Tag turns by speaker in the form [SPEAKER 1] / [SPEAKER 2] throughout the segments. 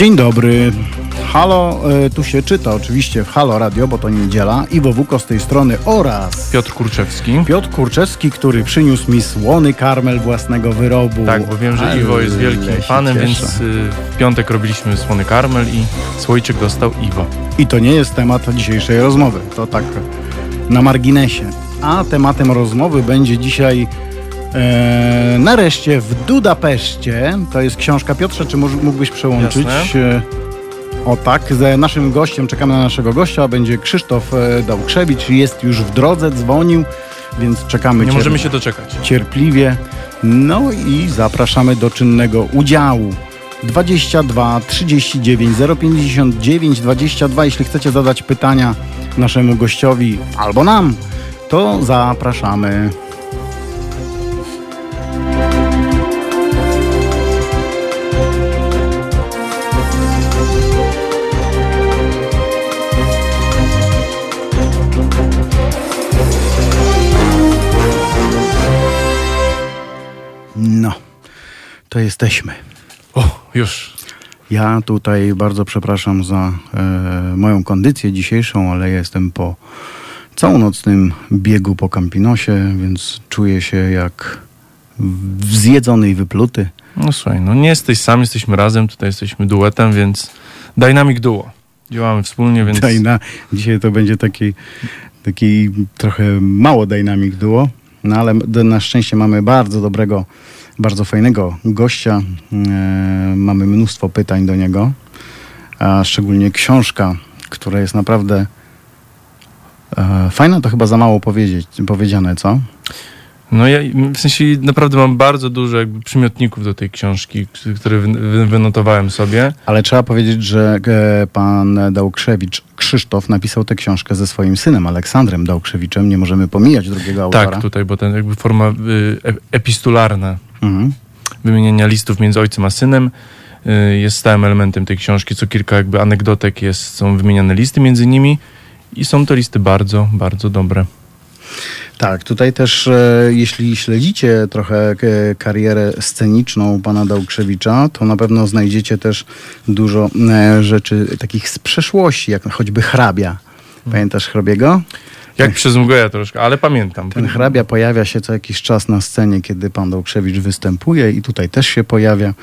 [SPEAKER 1] Dzień dobry. Halo, tu się czyta oczywiście w Halo Radio, bo to niedziela. Iwo Wuko z tej strony oraz
[SPEAKER 2] Piotr Kurczewski.
[SPEAKER 1] Piotr Kurczewski, który przyniósł mi słony karmel własnego wyrobu.
[SPEAKER 2] Tak, bo wiem, że Iwo jest wielkim fanem, więc w piątek robiliśmy słony karmel i słoiczek dostał Iwo.
[SPEAKER 1] I to nie jest temat dzisiejszej rozmowy, to tak na marginesie. A tematem rozmowy będzie dzisiaj nareszcie w Budapeszcie. To jest książka. Piotrze, czy mógłbyś przełączyć?
[SPEAKER 2] Jasne.
[SPEAKER 1] O tak, z naszym gościem, czekamy na naszego gościa, będzie Krzysztof Dałkrzewicz, jest już w drodze, dzwonił, więc czekamy.
[SPEAKER 2] Nie możemy się doczekać.
[SPEAKER 1] Cierpliwie. No i zapraszamy do czynnego udziału. 22 39 059 22. Jeśli chcecie zadać pytania naszemu gościowi albo nam, to zapraszamy. No, to jesteśmy.
[SPEAKER 2] O, już.
[SPEAKER 1] Ja tutaj bardzo przepraszam za moją kondycję dzisiejszą, ale ja jestem po całonocnym biegu po Campinosie, więc czuję się jak zjedzony i wypluty.
[SPEAKER 2] No słuchaj, no nie jesteś sam, jesteśmy razem, tutaj jesteśmy duetem, więc Dynamic Duo. Działamy wspólnie, więc...
[SPEAKER 1] Dzisiaj to będzie taki trochę mało Dynamic Duo, no ale na szczęście mamy bardzo dobrego, bardzo fajnego gościa. Mamy mnóstwo pytań do niego, a szczególnie książka, która jest naprawdę fajna, to chyba za mało powiedziane, co?
[SPEAKER 2] No ja w sensie naprawdę mam bardzo dużo jakby przymiotników do tej książki, które wynotowałem sobie.
[SPEAKER 1] Ale trzeba powiedzieć, że pan Dałkrzewicz, Krzysztof, napisał tę książkę ze swoim synem Aleksandrem Dałkrzewiczem. Nie możemy pomijać drugiego autora.
[SPEAKER 2] Tak, tutaj, bo ten jakby forma epistolarna wymieniania listów między ojcem a synem jest stałym elementem tej książki. Co kilka jakby anegdotek są wymieniane listy między nimi i są to listy bardzo, bardzo dobre.
[SPEAKER 1] Tak, tutaj też jeśli śledzicie trochę karierę sceniczną pana Dałkrzewicza, to na pewno znajdziecie też dużo rzeczy takich z przeszłości, jak choćby Hrabia. Pamiętasz Hrabiego?
[SPEAKER 2] Jak przez mgłę troszkę, ale pamiętam.
[SPEAKER 1] Ten Hrabia pojawia się co jakiś czas na scenie, kiedy pan Dałkrzewicz występuje i tutaj też się pojawia.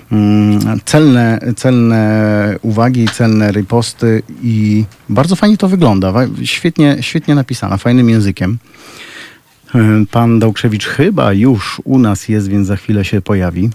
[SPEAKER 1] Celne uwagi, celne riposty i bardzo fajnie to wygląda. Świetnie napisana, fajnym językiem. Pan Dałkrzewicz chyba już u nas jest, więc za chwilę się pojawi.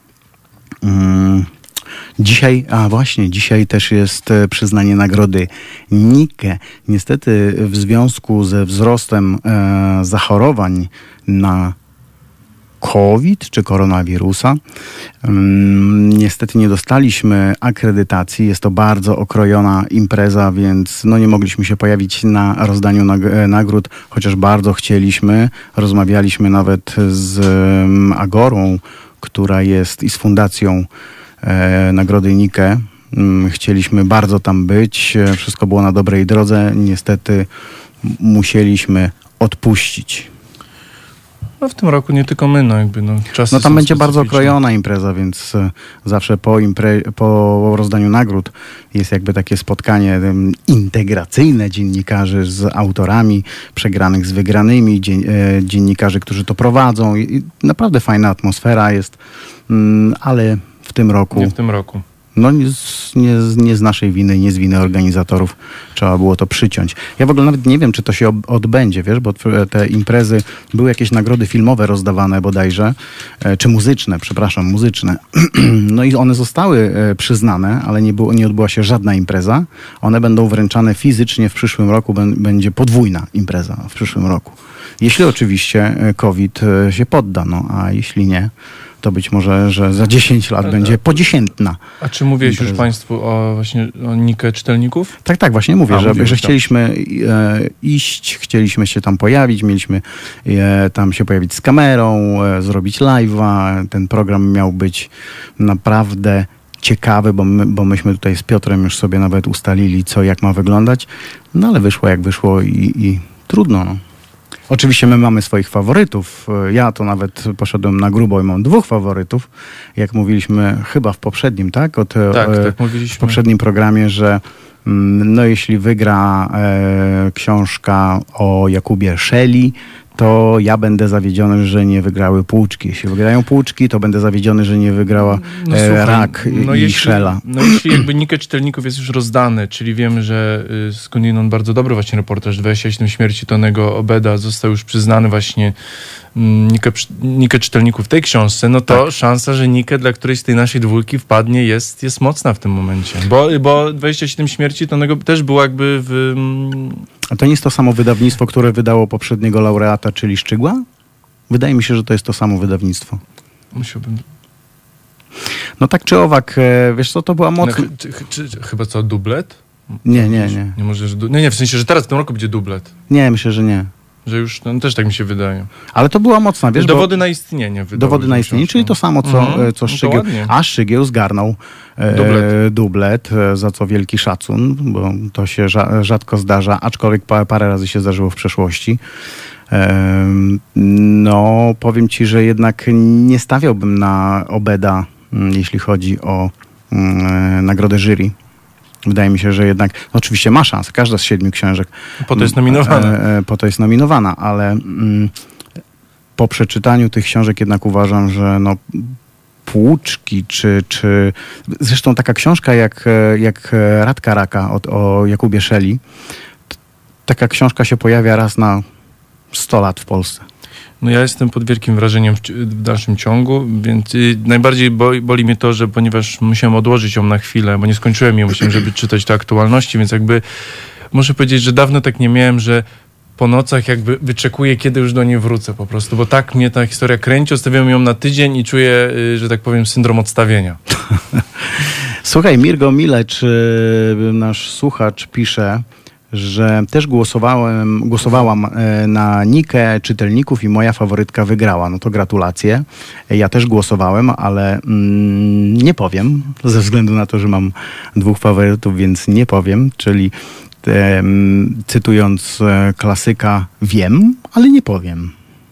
[SPEAKER 1] Dzisiaj też jest przyznanie nagrody Nike. Niestety w związku ze wzrostem zachorowań na COVID czy koronawirusa, niestety nie dostaliśmy akredytacji. Jest to bardzo okrojona impreza, więc nie mogliśmy się pojawić na rozdaniu nagród, chociaż bardzo chcieliśmy. Rozmawialiśmy nawet z Agorą, która jest i z Fundacją Nagrody Nike. Chcieliśmy bardzo tam być. Wszystko było na dobrej drodze. Niestety musieliśmy odpuścić.
[SPEAKER 2] No w tym roku nie tylko my, czasy
[SPEAKER 1] tam będzie bardzo okrojona impreza, więc zawsze po rozdaniu nagród jest jakby takie spotkanie integracyjne dziennikarzy z autorami, przegranych z wygranymi, dziennikarzy, którzy to prowadzą. I naprawdę fajna atmosfera jest, ale w tym roku...
[SPEAKER 2] Nie w tym roku.
[SPEAKER 1] Nie z naszej winy, nie z winy organizatorów trzeba było to przyciąć. Ja w ogóle nawet nie wiem, czy to się odbędzie, wiesz, bo te imprezy, były jakieś nagrody filmowe rozdawane bodajże, czy muzyczne. No i one zostały przyznane, ale nie odbyła się żadna impreza. One będą wręczane fizycznie w przyszłym roku, będzie podwójna impreza w przyszłym roku. Jeśli oczywiście COVID się podda, a jeśli nie, to być może, że za 10 lat będzie podziesiętna.
[SPEAKER 2] A czy mówiłeś już Państwu o Nikę czytelników?
[SPEAKER 1] Tak, właśnie mówię, że chcieliśmy iść, chcieliśmy się tam pojawić, mieliśmy tam się pojawić z kamerą, zrobić live'a. Ten program miał być naprawdę ciekawy, bo myśmy tutaj z Piotrem już sobie nawet ustalili, co jak ma wyglądać. No ale wyszło jak wyszło i trudno. Oczywiście my mamy swoich faworytów. Ja to nawet poszedłem na grubo i mam 2 faworytów. Jak mówiliśmy chyba w poprzednim, tak?
[SPEAKER 2] Tak, mówiliśmy.
[SPEAKER 1] W poprzednim programie, że no jeśli wygra książka o Jakubie Szeli, to ja będę zawiedziony, że nie wygrały Płuczki. Jeśli wygrają Płuczki, to będę zawiedziony, że nie wygrała Rak i Szela.
[SPEAKER 2] No jeśli jakby Nikę czytelników jest już rozdany, czyli wiemy, że skądinąd bardzo dobry właśnie reportaż 27 śmierci Tonego Obeda został już przyznany właśnie Nikę czytelników w tej książce, no to szansa, że Nikę dla którejś z tej naszej dwójki wpadnie jest mocna w tym momencie. Bo 27 śmierci Tonego też było jakby w...
[SPEAKER 1] A to nie jest to samo wydawnictwo, które wydało poprzedniego laureata, czyli Szczygła? Wydaje mi się, że to jest to samo wydawnictwo.
[SPEAKER 2] Musiałbym...
[SPEAKER 1] No tak czy owak, wiesz co, to była mocna...
[SPEAKER 2] Chyba co, dublet?
[SPEAKER 1] Nie.
[SPEAKER 2] Nie może, że nie, w sensie, że teraz w tym roku będzie dublet.
[SPEAKER 1] Nie, myślę, że nie.
[SPEAKER 2] Że już, no też tak mi się wydaje.
[SPEAKER 1] Ale to była mocna, wiesz,
[SPEAKER 2] Dowody na istnienie.
[SPEAKER 1] Dowody na istnienie, czyli to samo, co Szczygieł. A Szczygieł zgarnął dublet, za co wielki szacun, bo to się rzadko zdarza, aczkolwiek parę razy się zdarzyło w przeszłości. No, powiem ci, że jednak nie stawiałbym na Obeda, jeśli chodzi o nagrodę jury. Wydaje mi się, że jednak, no oczywiście ma szansę, każda z 7 książek.
[SPEAKER 2] Po to jest nominowana.
[SPEAKER 1] Po to jest nominowana, ale po przeczytaniu tych książek jednak uważam, że no Płuczki, czy zresztą taka książka jak Radka Raka o Jakubie Szeli, taka książka się pojawia raz na 100 lat w Polsce.
[SPEAKER 2] No ja jestem pod wielkim wrażeniem w dalszym ciągu, więc najbardziej boli mnie to, że ponieważ musiałem odłożyć ją na chwilę, bo nie skończyłem ją, musiałem, żeby czytać te aktualności, więc jakby muszę powiedzieć, że dawno tak nie miałem, że po nocach jakby wyczekuję, kiedy już do niej wrócę po prostu, bo tak mnie ta historia kręci, ustawiam ją na tydzień i czuję, że tak powiem, syndrom odstawienia.
[SPEAKER 1] Słuchaj, Mirgo Milecz, nasz słuchacz, pisze, że też głosowałam na Nikę czytelników i moja faworytka wygrała. No to gratulacje. Ja też głosowałem, ale nie powiem, ze względu na to, że mam 2 faworytów, więc nie powiem, czyli cytując klasyka, wiem, ale nie powiem.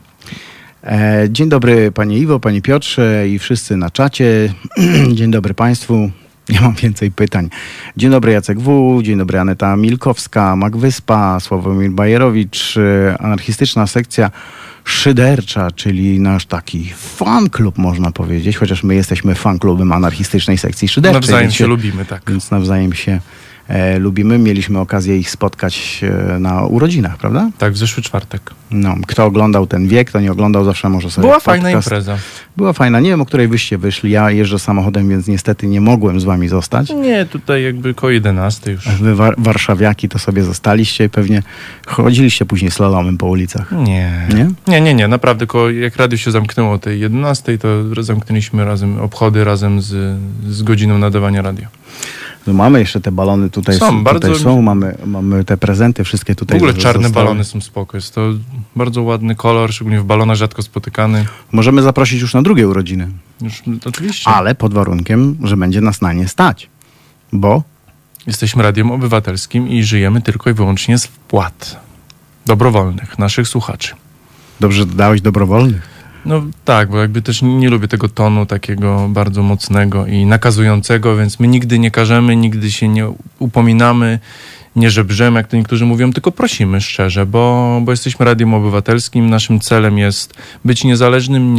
[SPEAKER 1] Dzień dobry panie Iwo, panie Piotrze i wszyscy na czacie. Dzień dobry państwu. Nie mam więcej pytań. Dzień dobry Jacek W., dzień dobry Aneta Milkowska, Magwyspa, Sławomir Bajerowicz, anarchistyczna sekcja szydercza, czyli nasz taki fan klub, można powiedzieć, chociaż my jesteśmy fan klubem anarchistycznej sekcji szyderczej.
[SPEAKER 2] Nawzajem się lubimy, tak.
[SPEAKER 1] Więc nawzajem się lubimy. Mieliśmy okazję ich spotkać na urodzinach, prawda?
[SPEAKER 2] Tak, w zeszły czwartek.
[SPEAKER 1] No, kto oglądał, ten wie, kto nie oglądał, zawsze może sobie
[SPEAKER 2] Była fajna impreza.
[SPEAKER 1] Była fajna. Nie wiem, o której wyście wyszli. Ja jeżdżę samochodem, więc niestety nie mogłem z wami zostać.
[SPEAKER 2] Nie, tutaj jakby koło 11 już.
[SPEAKER 1] Wy warszawiaki to sobie zostaliście i pewnie chodziliście później slalomem po ulicach.
[SPEAKER 2] Nie. Naprawdę, jak radio się zamknęło o tej 11, to zamknęliśmy razem obchody razem z godziną nadawania radia.
[SPEAKER 1] No mamy jeszcze te balony tutaj są, mamy te prezenty wszystkie tutaj.
[SPEAKER 2] W ogóle czarne balony są spoko. Jest to bardzo ładny kolor, szczególnie w balonach rzadko spotykany.
[SPEAKER 1] Możemy zaprosić już na drugie urodziny.
[SPEAKER 2] Już, oczywiście.
[SPEAKER 1] Ale pod warunkiem, że będzie nas na nie stać. Bo?
[SPEAKER 2] Jesteśmy radiem obywatelskim i żyjemy tylko i wyłącznie z wpłat dobrowolnych naszych słuchaczy.
[SPEAKER 1] Dobrze dodałeś dobrowolnych?
[SPEAKER 2] No tak, bo jakby też nie lubię tego tonu takiego bardzo mocnego i nakazującego, więc my nigdy nie każemy, nigdy się nie upominamy, nie żebrzemy, jak to niektórzy mówią, tylko prosimy szczerze, bo jesteśmy radiem obywatelskim. Naszym celem jest być niezależnym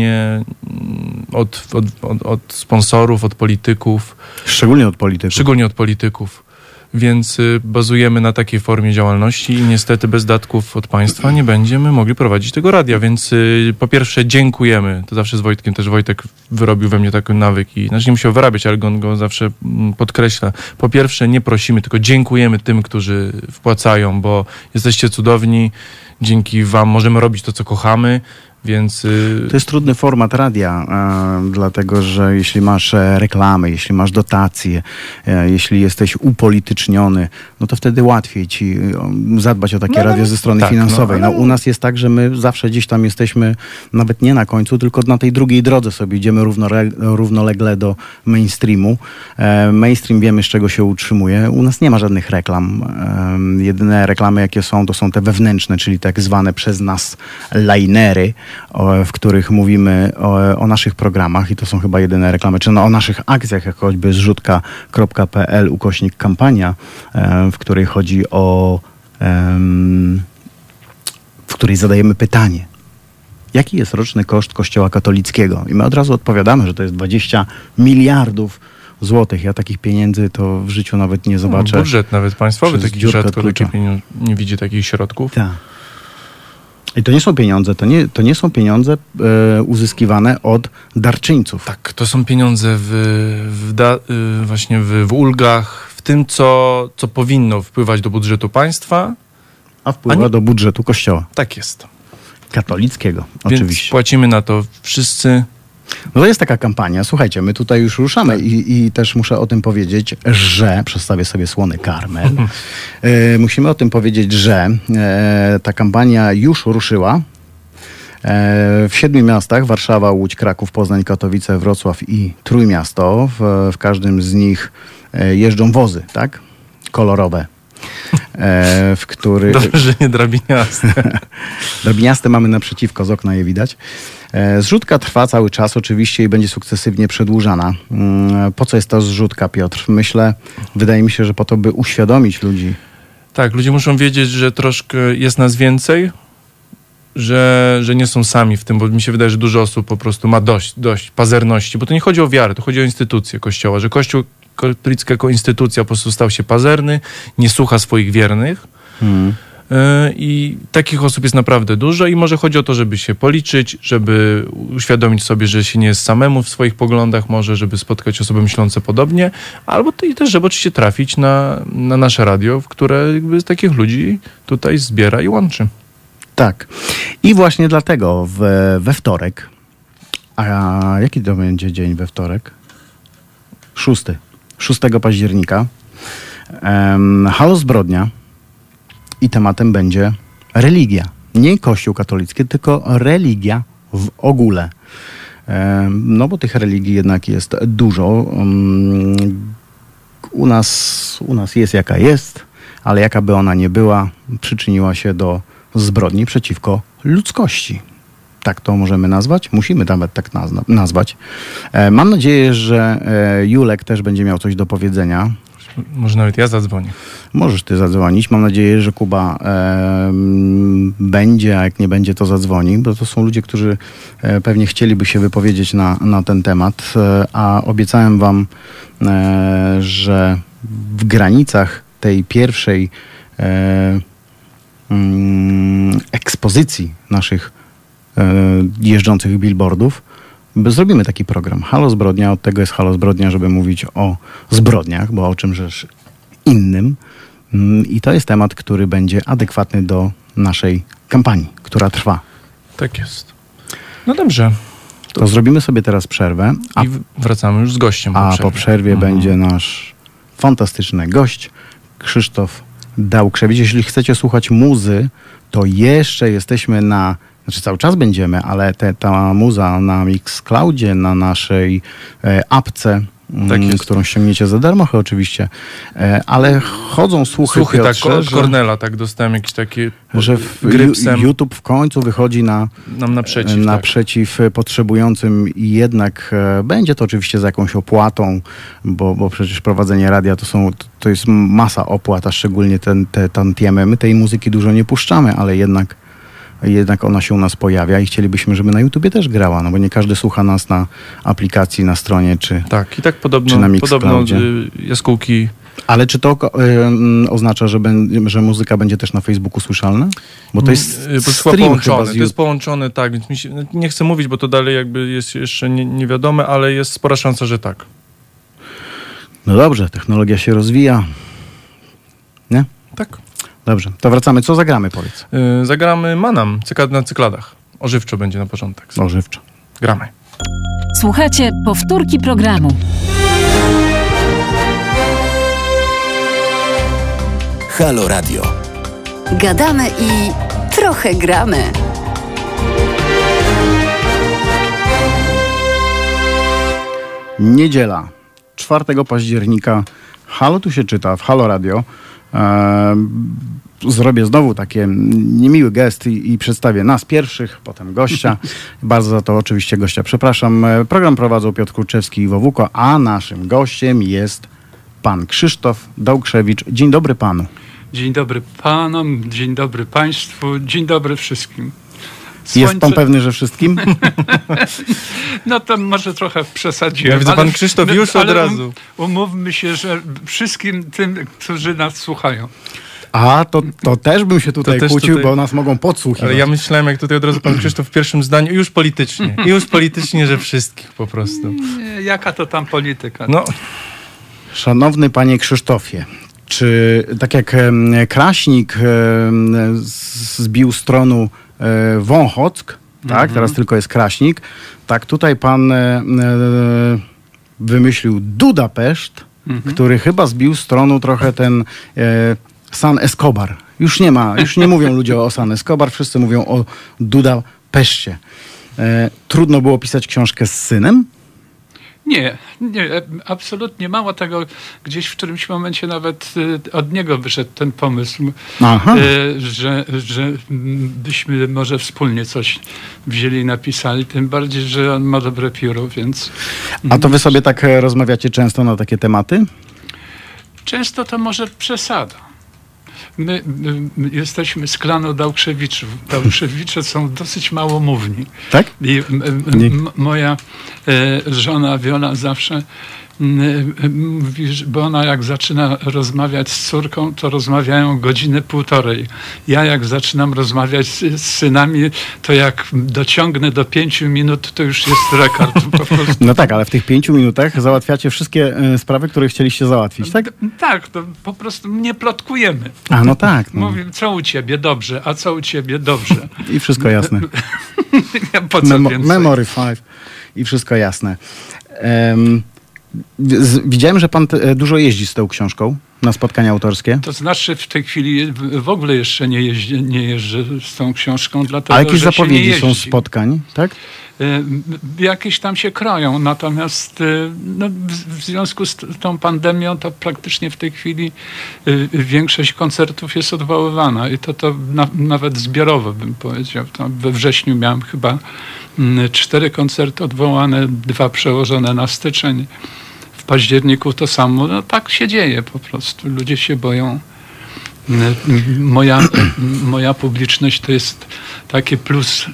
[SPEAKER 2] od sponsorów, od polityków.
[SPEAKER 1] Szczególnie od polityków.
[SPEAKER 2] Więc bazujemy na takiej formie działalności i niestety bez datków od państwa nie będziemy mogli prowadzić tego radia, więc po pierwsze dziękujemy, to zawsze z Wojtkiem, też Wojtek wyrobił we mnie taki nawyk i nie musiał wyrabiać, ale on go zawsze podkreśla. Po pierwsze nie prosimy, tylko dziękujemy tym, którzy wpłacają, bo jesteście cudowni, dzięki wam możemy robić to, co kochamy. Więc
[SPEAKER 1] to jest trudny format radia, dlatego że jeśli masz reklamy, jeśli masz dotacje, jeśli jesteś upolityczniony, no to wtedy łatwiej ci zadbać o takie radio ze strony finansowej. U nas jest tak, że my zawsze gdzieś tam jesteśmy nawet nie na końcu, tylko na tej drugiej drodze sobie idziemy równolegle do mainstreamu. Mainstream wiemy, z czego się utrzymuje. U nas nie ma żadnych reklam. Jedyne reklamy, jakie są, to są te wewnętrzne, czyli tak zwane przez nas linery, w których mówimy o naszych programach i to są chyba jedyne reklamy, czy o naszych akcjach, jak choćby zrzutka.pl/kampania, w której chodzi o w której zadajemy pytanie. Jaki jest roczny koszt Kościoła katolickiego? I my od razu odpowiadamy, że to jest 20 miliardów złotych. Ja takich pieniędzy to w życiu nawet nie zobaczę.
[SPEAKER 2] Budżet nawet państwowy taki rzadko nie widzi takich środków.
[SPEAKER 1] Tak. I to nie są pieniądze, to nie są pieniądze uzyskiwane od darczyńców.
[SPEAKER 2] Tak, to są pieniądze właśnie w ulgach, w tym, co powinno wpływać do budżetu państwa.
[SPEAKER 1] A wpływa do budżetu Kościoła.
[SPEAKER 2] Tak jest.
[SPEAKER 1] Katolickiego,
[SPEAKER 2] Więc
[SPEAKER 1] oczywiście.
[SPEAKER 2] Płacimy na to wszyscy.
[SPEAKER 1] No to jest taka kampania. Słuchajcie, my tutaj już ruszamy i też muszę o tym powiedzieć, że przedstawię sobie słony karmel. Musimy o tym powiedzieć, że ta kampania już ruszyła. W 7 miastach: Warszawa, Łódź, Kraków, Poznań, Katowice, Wrocław i Trójmiasto. W każdym z nich jeżdżą wozy, tak? Kolorowe. W których...
[SPEAKER 2] Dobrze, że nie drabiniaste.
[SPEAKER 1] Drabiniaste mamy naprzeciwko, z okna je widać. Zrzutka trwa cały czas oczywiście i będzie sukcesywnie przedłużana. Po co jest ta zrzutka, Piotr? Wydaje mi się, że po to, by uświadomić ludzi.
[SPEAKER 2] Tak, ludzie muszą wiedzieć, że troszkę jest nas więcej, że nie są sami w tym, bo mi się wydaje, że dużo osób po prostu ma dość pazerności, bo to nie chodzi o wiarę, to chodzi o instytucję Kościoła, że Kościół katolicki jako instytucja po prostu stał się pazerny, nie słucha swoich wiernych. I takich osób jest naprawdę dużo i może chodzi o to, żeby się policzyć, żeby uświadomić sobie, że się nie jest samemu w swoich poglądach, może żeby spotkać osoby myślące podobnie, albo też, żeby oczywiście trafić na nasze radio, które jakby z takich ludzi tutaj zbiera i łączy.
[SPEAKER 1] Tak. I właśnie dlatego we wtorek, a jaki to będzie dzień we wtorek? 6 października. Halo Zbrodnia. I tematem będzie religia. Nie Kościół katolicki, tylko religia w ogóle. No bo tych religii jednak jest dużo. U nas jest jaka jest, ale jaka by ona nie była, przyczyniła się do zbrodni przeciwko ludzkości. Tak to możemy nazwać? Musimy nawet tak nazwać. Mam nadzieję, że Julek też będzie miał coś do powiedzenia.
[SPEAKER 2] Może nawet ja zadzwonię.
[SPEAKER 1] Możesz ty zadzwonić. Mam nadzieję, że Kuba będzie, a jak nie będzie, to zadzwoni, bo to są ludzie, którzy pewnie chcieliby się wypowiedzieć na ten temat, a obiecałem wam, że w granicach tej pierwszej ekspozycji naszych jeżdżących billboardów zrobimy taki program. Halo Zbrodnia, od tego jest Halo Zbrodnia, żeby mówić o zbrodniach, bo o czym rzecz innym. I to jest temat, który będzie adekwatny do naszej kampanii, która trwa.
[SPEAKER 2] Tak jest. No dobrze.
[SPEAKER 1] To zrobimy sobie teraz przerwę.
[SPEAKER 2] I wracamy już z gościem.
[SPEAKER 1] Po przerwie będzie nasz fantastyczny gość, Krzysztof Dałkrzewicz. Jeśli chcecie słuchać muzy, to jeszcze jesteśmy cały czas będziemy, ale ta muza na Mixcloudzie, na naszej apce, którą ściągniecie za darmo oczywiście, ale chodzą słuchy, Piotrze,
[SPEAKER 2] tak, od Kornela dostałem jakiś taki
[SPEAKER 1] że YouTube w końcu wychodzi nam naprzeciw potrzebującym i jednak będzie to oczywiście za jakąś opłatą, bo przecież prowadzenie radia to jest masa opłat, a szczególnie te tantiemy. My tej muzyki dużo nie puszczamy, ale jednak ona się u nas pojawia i chcielibyśmy, żeby na YouTubie też grała, no bo nie każdy słucha nas na aplikacji, na stronie, czy
[SPEAKER 2] tak, i tak podobno,
[SPEAKER 1] czy na Mixcloudzie.
[SPEAKER 2] jaskółki.
[SPEAKER 1] Ale czy to oznacza, że muzyka będzie też na Facebooku słyszalna? Bo to jest stream chyba
[SPEAKER 2] to jest połączone, tak, więc nie chcę mówić, bo to dalej jakby jest jeszcze nie wiadome, ale jest spora szansa, że tak.
[SPEAKER 1] No dobrze, technologia się rozwija. Nie?
[SPEAKER 2] Tak.
[SPEAKER 1] Dobrze, to wracamy. Co zagramy, powiedz?
[SPEAKER 2] Zagramy Manam, na cykladach. Ożywczo będzie na początek.
[SPEAKER 1] Ożywczo.
[SPEAKER 2] Gramy.
[SPEAKER 3] Słuchajcie powtórki programu.
[SPEAKER 4] Halo Radio.
[SPEAKER 5] Gadamy i trochę gramy.
[SPEAKER 1] Niedziela, 4 października. Halo tu się czyta w Halo Radio. Zrobię znowu taki niemiły gest i przedstawię nas pierwszych, potem gościa. Bardzo za to oczywiście gościa przepraszam. Program prowadzą Piotr Kurczewski i Iwo Wuko, a naszym gościem jest pan Krzysztof Dałkrzewicz. Dzień dobry panu.
[SPEAKER 6] Dzień dobry panom, dzień dobry państwu, dzień dobry wszystkim.
[SPEAKER 1] Jest pan pewny, że wszystkim?
[SPEAKER 6] No to może trochę przesadziłem.
[SPEAKER 2] Ja widzę, pan Krzysztof już od razu.
[SPEAKER 6] Umówmy się, że wszystkim tym, którzy nas słuchają.
[SPEAKER 1] A, to też bym się tutaj kłócił, bo nas mogą podsłuchiwać.
[SPEAKER 2] Ale ja myślałem, jak tutaj od razu pan Krzysztof w pierwszym zdaniu, już politycznie, że wszystkich po prostu.
[SPEAKER 6] Nie, jaka to tam polityka?
[SPEAKER 2] No.
[SPEAKER 1] Szanowny panie Krzysztofie, czy tak jak Kraśnik zbił z tronu Wąchock, tak, teraz tylko jest Kraśnik, tak tutaj pan wymyślił Dudapeszt, który chyba zbił z tronu trochę ten San Escobar. Już nie mówią ludzie o San Escobar, wszyscy mówią o Dudapeszcie. Trudno było pisać książkę z synem?
[SPEAKER 6] Nie, absolutnie. Mało tego, gdzieś w którymś momencie nawet od niego wyszedł ten pomysł, że byśmy może wspólnie coś wzięli i napisali, tym bardziej, że on ma dobre pióro, więc...
[SPEAKER 1] A to wy sobie tak rozmawiacie często na takie tematy?
[SPEAKER 6] Często to może przesada. My jesteśmy z klanu Dałkrzewiczów. Dałkrzewicze są dosyć małomówni.
[SPEAKER 1] Tak?
[SPEAKER 6] I moja żona Wiola zawsze mówi, bo ona jak zaczyna rozmawiać z córką, to rozmawiają godzinę, półtorej. Ja jak zaczynam rozmawiać z synami, to jak dociągnę do 5 minut, to już jest rekord. Po prostu.
[SPEAKER 1] No tak, ale w tych 5 minutach załatwiacie wszystkie sprawy, które chcieliście załatwić, tak?
[SPEAKER 6] Tak, to po prostu nie plotkujemy.
[SPEAKER 1] A no tak. No.
[SPEAKER 6] Mówię, co u ciebie dobrze, a co u ciebie dobrze.
[SPEAKER 1] I wszystko jasne.
[SPEAKER 6] Po co więcej?
[SPEAKER 1] Memory 5 i wszystko jasne. Widziałem, że pan dużo jeździ z tą książką na spotkania autorskie.
[SPEAKER 6] To znaczy w tej chwili w ogóle jeszcze nie jeżdżę z tą książką, dlatego,
[SPEAKER 1] a jakieś
[SPEAKER 6] że
[SPEAKER 1] zapowiedzi
[SPEAKER 6] się nie
[SPEAKER 1] są spotkań, tak?
[SPEAKER 6] Jakieś tam się kroją, natomiast no, w związku z tą pandemią to praktycznie w tej chwili większość koncertów jest odwoływana i to nawet zbiorowo bym powiedział. Tam we wrześniu miałem chyba 4 koncerty odwołane, 2 przełożone na styczeń. W październiku to samo. No tak się dzieje po prostu. Ludzie się boją. Moja publiczność to jest takie plus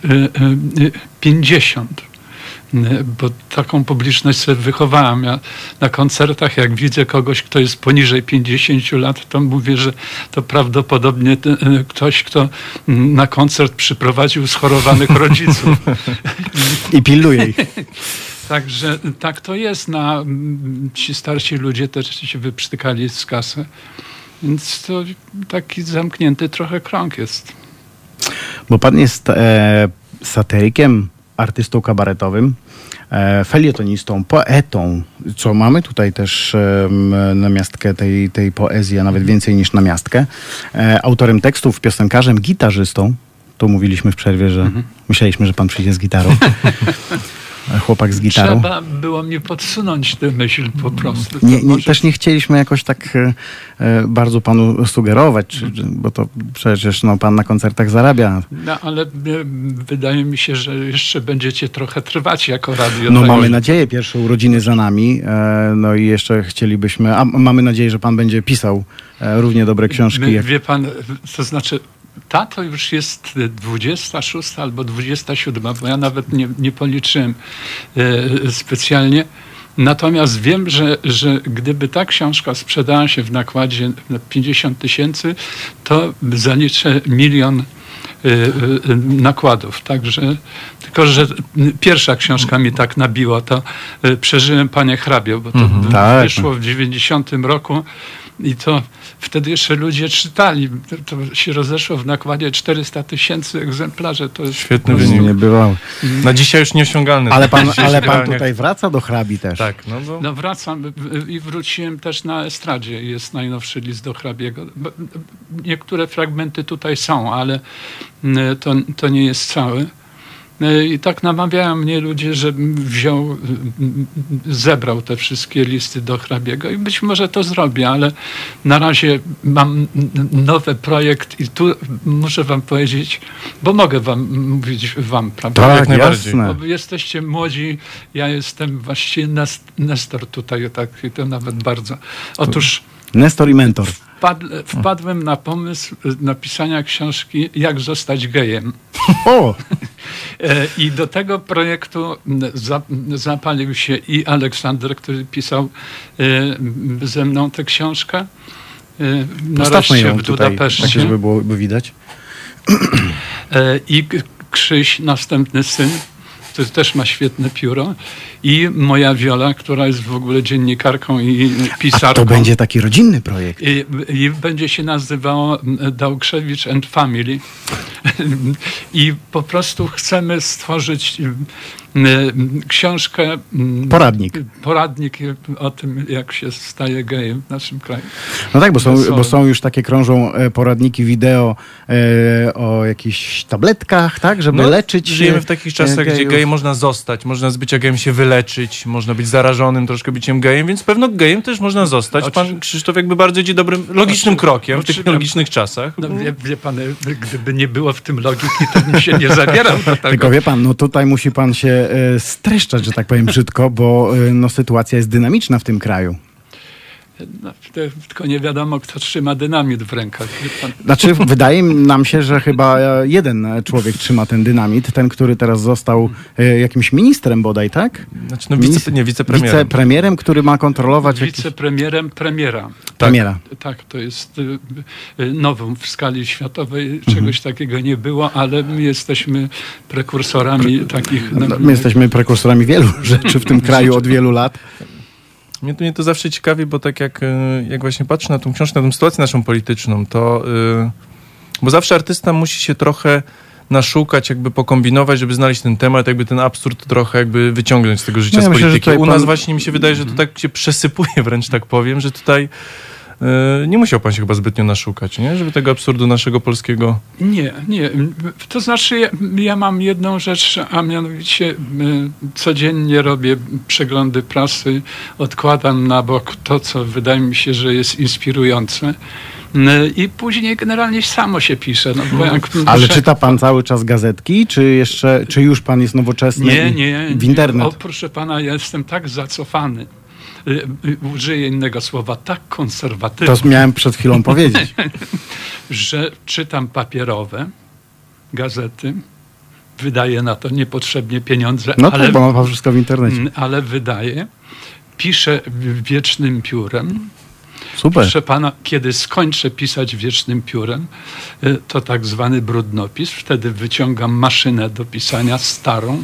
[SPEAKER 6] 50. Bo taką publiczność sobie wychowałem. Ja na koncertach, jak widzę kogoś, kto jest poniżej 50 lat, to mówię, że to prawdopodobnie ktoś, kto na koncert przyprowadził schorowanych rodziców.
[SPEAKER 1] I pilnuje ich.
[SPEAKER 6] Także tak to jest. Ci starsi ludzie też się wyprztykali z kasy. Więc to taki zamknięty trochę krąg jest. Bo
[SPEAKER 1] pan jest satyrykiem, artystą kabaretowym, felietonistą, poetą, co mamy tutaj też namiastkę tej poezji, a nawet więcej niż namiastkę. Autorem tekstów, piosenkarzem, gitarzystą. Tu mówiliśmy w przerwie, że myśleliśmy, że pan przyjdzie z gitarą. Chłopak z gitarą.
[SPEAKER 6] Trzeba było mnie podsunąć tę myśl po prostu.
[SPEAKER 1] Też nie chcieliśmy jakoś tak bardzo panu sugerować, bo to przecież pan na koncertach zarabia.
[SPEAKER 6] No ale wydaje mi się, że jeszcze będziecie trochę trwać jako radio.
[SPEAKER 1] No mamy nadzieję, pierwsze urodziny za nami, no i jeszcze chcielibyśmy, a mamy nadzieję, że pan będzie pisał równie dobre książki.
[SPEAKER 6] Wie pan, to znaczy... to już jest 26 albo 27, bo ja nawet nie policzyłem specjalnie. Natomiast wiem, że gdyby ta książka sprzedała się w nakładzie na 50 000, to zaliczę 1 000 nakładów. Także, tylko że pierwsza książka mi tak nabiła, to Przeżyłem Panie Hrabio, bo to wyszło w 90 roku i to wtedy jeszcze ludzie czytali. To się rozeszło w nakładzie 400 000 egzemplarzy. To jest
[SPEAKER 2] świetny wynik.
[SPEAKER 1] Nie bywał.
[SPEAKER 2] Na dzisiaj już nieosiągalny.
[SPEAKER 1] Ale pan tutaj wraca do hrabi też.
[SPEAKER 2] Tak,
[SPEAKER 6] no wracam i wróciłem też na estradzie. Jest najnowszy list do hrabiego. Niektóre fragmenty tutaj są, ale to nie jest cały. I tak namawiają mnie ludzie, żebym zebrał te wszystkie listy do hrabiego i być może to zrobię, ale na razie mam nowy projekt i tu muszę wam powiedzieć, bo mogę wam mówić prawda?
[SPEAKER 1] Tak,
[SPEAKER 2] jak najbardziej.
[SPEAKER 6] Bo jesteście młodzi, ja jestem właściwie Nestor tutaj, tak, i to nawet bardzo. Otóż
[SPEAKER 1] Nestor i mentor.
[SPEAKER 6] Wpadłem na pomysł napisania książki Jak zostać gejem.
[SPEAKER 1] O!
[SPEAKER 6] I do tego projektu zapalił się i Aleksander, który pisał ze mną tę książkę.
[SPEAKER 1] Postawmy ją
[SPEAKER 6] w Budapeszcie.
[SPEAKER 1] Tak, żeby było widać.
[SPEAKER 6] I Krzyś, następny syn, który też ma świetne pióro. I moja Wiola, która jest w ogóle dziennikarką i pisarką.
[SPEAKER 1] A to będzie taki rodzinny projekt.
[SPEAKER 6] I będzie się nazywało Dałkrzewicz and Family. I po prostu chcemy stworzyć książkę. Poradnik o tym, jak się staje gejem w naszym kraju.
[SPEAKER 1] No tak, bo są już takie, krążą poradniki wideo o jakichś tabletkach, tak, żeby leczyć.
[SPEAKER 2] Żyjemy w takich czasach, gdzie gejem można zostać, można z bycia gejem się wyleczyć, można być zarażonym troszkę byciem gejem, więc pewno gejem też można zostać. Pan Krzysztof jakby bardzo idzie dobrym, logicznym krokiem w tych logicznych czasach.
[SPEAKER 6] No, wie pan, gdyby nie było w tym logiki, to bym się nie zabierał do tego.
[SPEAKER 1] Tylko wie pan, no tutaj musi pan się streszczać, że tak powiem brzydko, bo sytuacja jest dynamiczna w tym kraju.
[SPEAKER 6] No, tylko nie wiadomo, kto trzyma dynamit w rękach.
[SPEAKER 1] Znaczy, wydaje nam się, że chyba jeden człowiek trzyma ten dynamit, ten, który teraz został jakimś ministrem bodaj, tak?
[SPEAKER 2] Znaczy, wicepremierem.
[SPEAKER 1] Wicepremierem, który ma kontrolować...
[SPEAKER 6] Wicepremierem premiera.
[SPEAKER 1] Premiera.
[SPEAKER 6] Tak, to jest nowum w skali światowej. Czegoś takiego nie było, ale my jesteśmy prekursorami takich...
[SPEAKER 1] My jesteśmy prekursorami wielu rzeczy w tym kraju od wielu lat.
[SPEAKER 2] Mnie to zawsze ciekawi, bo tak jak właśnie patrzę na tą książkę, na tę sytuację naszą polityczną, to... bo zawsze artysta musi się trochę naszukać, jakby pokombinować, żeby znaleźć ten temat, jakby ten absurd trochę jakby wyciągnąć z tego życia z polityki. U nas właśnie mi się wydaje, że to tak się przesypuje wręcz, tak powiem, że tutaj nie musiał pan się chyba zbytnio naszukać, nie? Żeby tego absurdu naszego polskiego... Nie.
[SPEAKER 6] To znaczy ja mam jedną rzecz, a mianowicie codziennie robię przeglądy prasy, odkładam na bok to, co wydaje mi się, że jest inspirujące. I później generalnie samo się pisze. No, bo
[SPEAKER 1] ale czyta pan cały czas gazetki, czy już pan jest nowoczesny w internet?
[SPEAKER 6] O, proszę pana, ja jestem tak zacofany. Użyję innego słowa, tak konserwatywny.
[SPEAKER 1] To miałem przed chwilą powiedzieć.
[SPEAKER 6] Że czytam papierowe gazety, wydaję na to niepotrzebnie pieniądze.
[SPEAKER 1] No ale, tak, bo ma pan wszystko w internecie.
[SPEAKER 6] Ale wydaję, piszę wiecznym piórem.
[SPEAKER 1] Super.
[SPEAKER 6] Proszę pana, kiedy skończę pisać wiecznym piórem, to tak zwany brudnopis, wtedy wyciągam maszynę do pisania starą.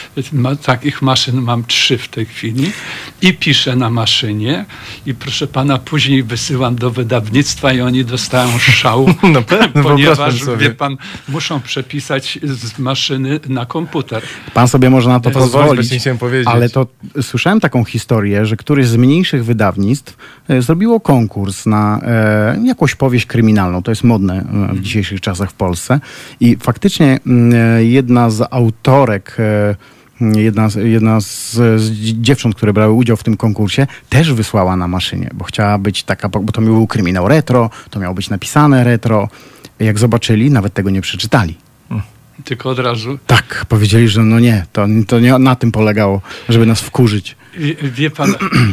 [SPEAKER 6] Takich maszyn mam 3 w tej chwili i piszę na maszynie i proszę pana, później wysyłam do wydawnictwa i oni dostają szału,
[SPEAKER 2] no pewnie,
[SPEAKER 6] ponieważ wie pan, muszą przepisać z maszyny na komputer.
[SPEAKER 1] Pan sobie może na to pozwolić,
[SPEAKER 2] ale
[SPEAKER 1] to słyszałem taką historię, że któreś z mniejszych wydawnictw zrobiło konkurs na jakąś powieść kryminalną. To jest modne w dzisiejszych czasach w Polsce i faktycznie jedna z autorek, jedna z dziewcząt, które brały udział w tym konkursie, też wysłała na maszynie, bo chciała być taka, bo to był kryminał retro, to miało być napisane retro. Jak zobaczyli, nawet tego nie przeczytali.
[SPEAKER 6] Tylko od razu?
[SPEAKER 1] Tak, powiedzieli, że no nie, to nie na tym polegało, żeby nas wkurzyć.
[SPEAKER 6] Wie pan,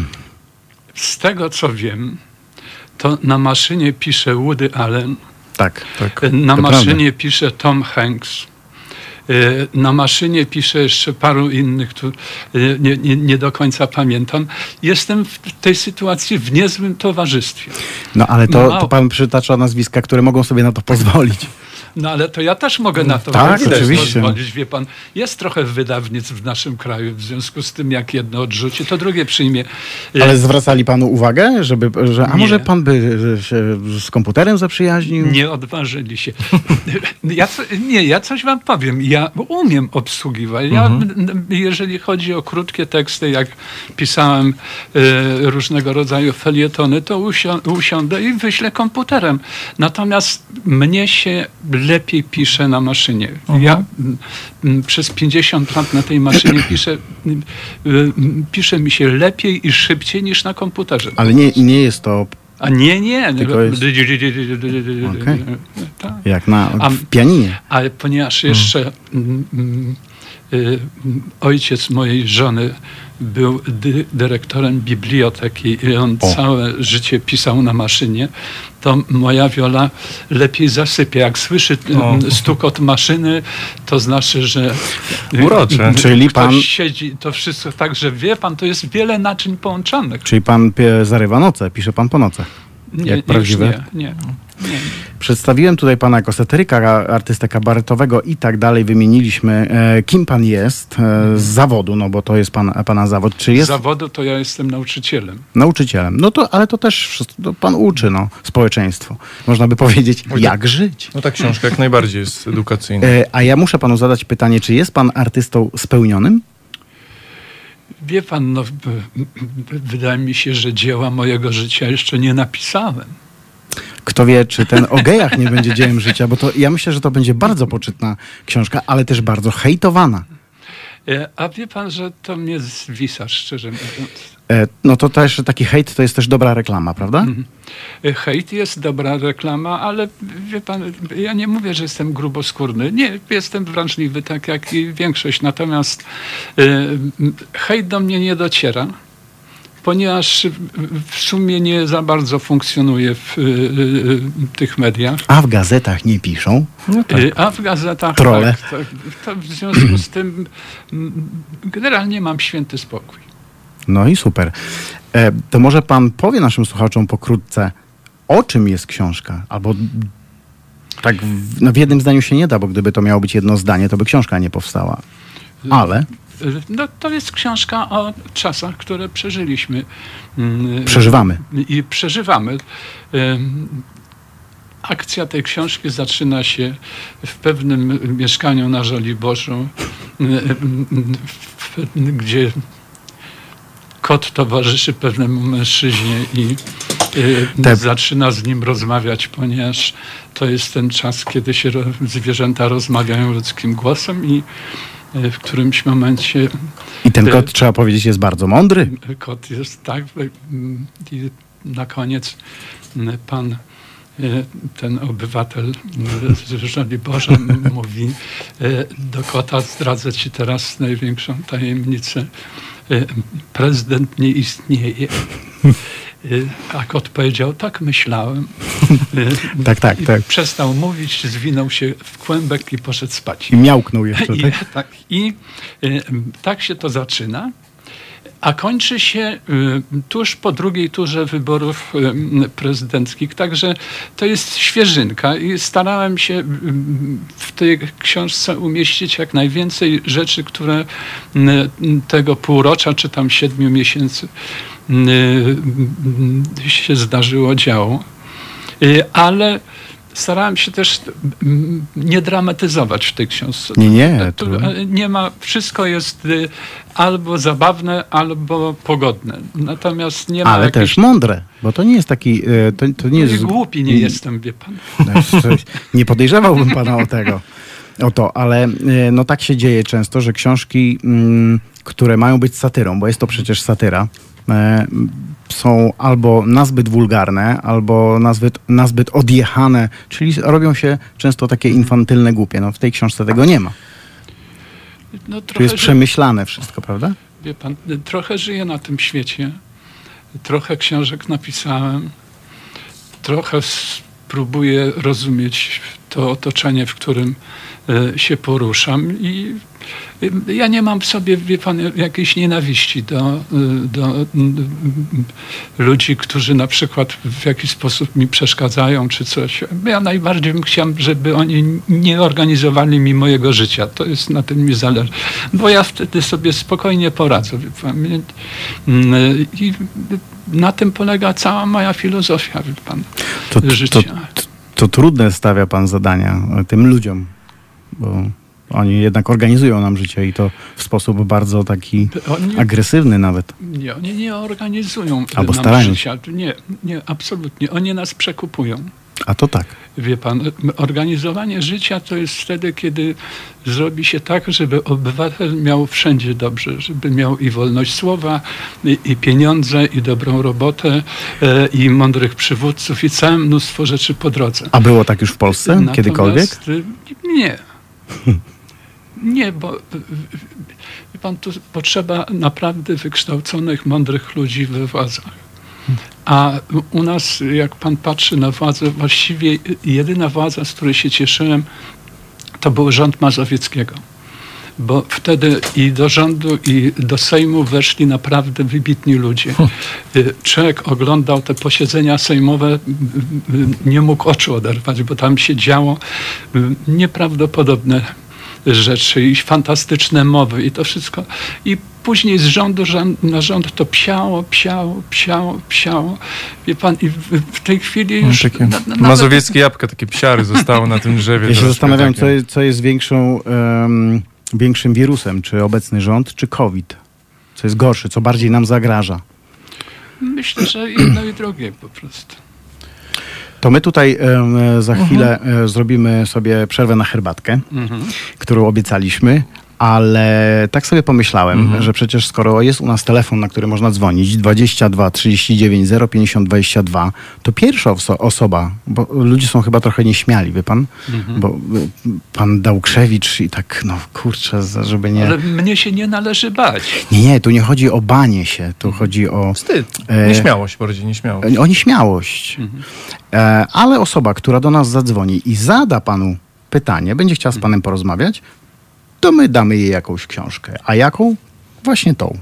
[SPEAKER 6] z tego co wiem, to na maszynie pisze Woody Allen,
[SPEAKER 1] tak,
[SPEAKER 6] na maszynie pisze Tom Hanks, na maszynie pisze jeszcze paru innych, nie do końca pamiętam. Jestem w tej sytuacji w niezłym towarzystwie.
[SPEAKER 1] No ale to pan przytacza nazwiska, które mogą sobie na to pozwolić.
[SPEAKER 6] No ale to ja też mogę na to
[SPEAKER 1] Tak, oczywiście.
[SPEAKER 6] pozwolić. Wie pan, jest trochę wydawnictw w naszym kraju, w związku z tym, jak jedno odrzuci, to drugie przyjmie.
[SPEAKER 1] Ale zwracali panu uwagę, że
[SPEAKER 6] Nie.
[SPEAKER 1] może pan by się z komputerem zaprzyjaźnił?
[SPEAKER 6] Nie odważyli się. Ja coś wam powiem. Ja umiem obsługiwać. Jeżeli chodzi o krótkie teksty, jak pisałem różnego rodzaju felietony, to usiądę i wyślę komputerem. Natomiast mnie się lepiej pisze na maszynie. Ja przez 50 lat na tej maszynie pisze mi się lepiej i szybciej niż na komputerze.
[SPEAKER 1] Ale nie jest to
[SPEAKER 6] A nie.
[SPEAKER 1] Tylko jest- Okej.
[SPEAKER 6] Tak.
[SPEAKER 1] jak w pianinie.
[SPEAKER 6] Ale ponieważ jeszcze ojciec mojej żony był dyrektorem biblioteki i on całe życie pisał na maszynie, to moja Wiola lepiej zasypia. Jak słyszy stukot maszyny, to znaczy, że
[SPEAKER 2] Urocze.
[SPEAKER 1] Czyli
[SPEAKER 6] ktoś
[SPEAKER 1] pan-
[SPEAKER 6] siedzi, to wszystko tak, że wie pan, to jest wiele naczyń połączonych.
[SPEAKER 1] Czyli pan zarywa noce, pisze pan po nocach. Jak
[SPEAKER 6] już
[SPEAKER 1] prawdziwe?
[SPEAKER 6] Nie.
[SPEAKER 1] Przedstawiłem tutaj pana jako satyryka, artystę kabaretowego i tak dalej. Wymieniliśmy, kim pan jest z zawodu, no bo to jest pana zawód. Czy
[SPEAKER 6] Z
[SPEAKER 1] jest
[SPEAKER 6] zawodu to ja jestem nauczycielem.
[SPEAKER 1] nauczycielem? No to, ale to też wszystko, to pan uczy, społeczeństwo. Można by powiedzieć, jak żyć.
[SPEAKER 2] No ta książka jak najbardziej jest edukacyjna.
[SPEAKER 1] A ja muszę panu zadać pytanie, czy jest pan artystą spełnionym?
[SPEAKER 6] Wie pan, wydaje mi się, że dzieła mojego życia jeszcze nie napisałem.
[SPEAKER 1] Kto wie, czy ten o gejach nie będzie dziełem życia, bo to ja myślę, że to będzie bardzo poczytna książka, ale też bardzo hejtowana.
[SPEAKER 6] A wie pan, że to mnie zwisa, szczerze mówiąc.
[SPEAKER 1] No to też taki hejt to jest też dobra reklama, prawda?
[SPEAKER 6] Hejt jest dobra reklama, ale wie pan, ja nie mówię, że jestem gruboskórny. Nie, jestem wrażliwy, tak jak i większość. Natomiast hejt do mnie nie dociera, ponieważ w sumie nie za bardzo funkcjonuje w tych mediach.
[SPEAKER 1] A w gazetach nie piszą?
[SPEAKER 6] A w gazetach
[SPEAKER 1] Trolle.
[SPEAKER 6] tak, to w związku z tym generalnie mam święty spokój.
[SPEAKER 1] No i super. To może pan powie naszym słuchaczom pokrótce, o czym jest książka? Albo tak w jednym zdaniu się nie da, bo gdyby to miało być jedno zdanie, to by książka nie powstała. Ale
[SPEAKER 6] No, to jest książka o czasach, które przeżyliśmy.
[SPEAKER 1] przeżywamy.
[SPEAKER 6] I przeżywamy. Akcja tej książki zaczyna się w pewnym mieszkaniu na Żoliborzu, gdzie kot towarzyszy pewnemu mężczyźnie i zaczyna z nim rozmawiać, ponieważ to jest ten czas, kiedy się zwierzęta rozmawiają ludzkim głosem i w którymś momencie
[SPEAKER 1] I ten kot, trzeba powiedzieć, jest bardzo mądry.
[SPEAKER 6] kot jest tak i na koniec pan ten obywatel z Żoliborza mówi do kota: zdradzę ci teraz największą tajemnicę. Prezydent nie istnieje. A kot powiedział: tak myślałem.
[SPEAKER 1] Tak.
[SPEAKER 6] Przestał mówić, zwinął się w kłębek i poszedł spać.
[SPEAKER 1] I miałknął jeszcze, tak?
[SPEAKER 6] Tak się to zaczyna, a kończy się tuż po drugiej turze wyborów prezydenckich. Także to jest świeżynka i starałem się w tej książce umieścić jak najwięcej rzeczy, które tego półrocza czy tam 7 miesięcy się zdarzyło, działo. Ale starałem się też nie dramatyzować w tej książce.
[SPEAKER 1] Nie.
[SPEAKER 6] Nie ma, wszystko jest albo zabawne, albo pogodne. Natomiast nie ma
[SPEAKER 1] Ale też mądre, bo to nie jest taki... To nie jest...
[SPEAKER 6] Głupi nie jestem, wie pan.
[SPEAKER 1] Nie podejrzewałbym pana o to, ale no tak się dzieje często, że książki, które mają być satyrą, bo jest to przecież satyra, są albo nazbyt wulgarne, albo nazbyt odjechane, czyli robią się często takie infantylne, głupie. No w tej książce tego nie ma.
[SPEAKER 6] No,
[SPEAKER 1] Tu jest przemyślane wszystko, prawda?
[SPEAKER 6] Wie pan, trochę żyję na tym świecie, trochę książek napisałem, trochę spróbuję rozumieć to otoczenie, w którym się poruszam i Ja nie mam w sobie, wie pan, jakiejś nienawiści do ludzi, którzy na przykład w jakiś sposób mi przeszkadzają czy coś. Ja najbardziej bym chciał, żeby oni nie organizowali mi mojego życia. To jest, na tym mi zależy. Bo ja wtedy sobie spokojnie poradzę. Wie pan. I na tym polega cała moja filozofia, wie pan, życia.
[SPEAKER 1] To trudne stawia pan zadania tym ludziom, bo oni jednak organizują nam życie i to w sposób bardzo taki agresywny nawet.
[SPEAKER 6] Nie, oni nie organizują
[SPEAKER 1] albo
[SPEAKER 6] nam
[SPEAKER 1] starają
[SPEAKER 6] życia. Nie, absolutnie. Oni nas przekupują.
[SPEAKER 1] A to tak.
[SPEAKER 6] Wie pan, organizowanie życia to jest wtedy, kiedy zrobi się tak, żeby obywatel miał wszędzie dobrze, żeby miał i wolność słowa, i pieniądze, i dobrą robotę, i mądrych przywódców, i całe mnóstwo rzeczy po drodze.
[SPEAKER 1] A było tak już w Polsce kiedykolwiek?
[SPEAKER 6] Nie. Nie, bo wie pan, tu potrzeba naprawdę wykształconych, mądrych ludzi we władzach. A u nas, jak pan patrzy na władzę, właściwie jedyna władza, z której się cieszyłem, to był rząd Mazowieckiego. Bo wtedy i do rządu, i do Sejmu weszli naprawdę wybitni ludzie. Człowiek oglądał te posiedzenia sejmowe, nie mógł oczu oderwać, bo tam się działo nieprawdopodobne rzeczy i fantastyczne mowy i to wszystko. I później z rządu na rząd to psiało. Wie pan, i w tej chwili już...
[SPEAKER 2] Takie mazowieckie jabłka, takie psiary zostały na tym drzewie.
[SPEAKER 1] Ja się zastanawiam, co jest większym wirusem, czy obecny rząd, czy COVID. Co jest gorsze, co bardziej nam zagraża.
[SPEAKER 6] Myślę, że jedno i drugie po prostu.
[SPEAKER 1] To my tutaj za chwilę zrobimy sobie przerwę na herbatkę, którą obiecaliśmy, ale tak sobie pomyślałem, że przecież skoro jest u nas telefon, na który można dzwonić, 22 39 050 22, to pierwsza osoba, bo ludzie są chyba trochę nieśmiali, wie pan, bo pan Dałkrzewicz i tak, no kurczę, żeby nie...
[SPEAKER 6] Ale mnie się nie należy bać.
[SPEAKER 1] Nie, tu nie chodzi o banie się, tu chodzi o...
[SPEAKER 2] Wstyd. Nieśmiałość, bardziej nieśmiałość.
[SPEAKER 1] O nieśmiałość. Ale osoba, która do nas zadzwoni i zada panu pytanie, będzie chciała z panem porozmawiać, to my damy jej jakąś książkę. A jaką? Właśnie tą.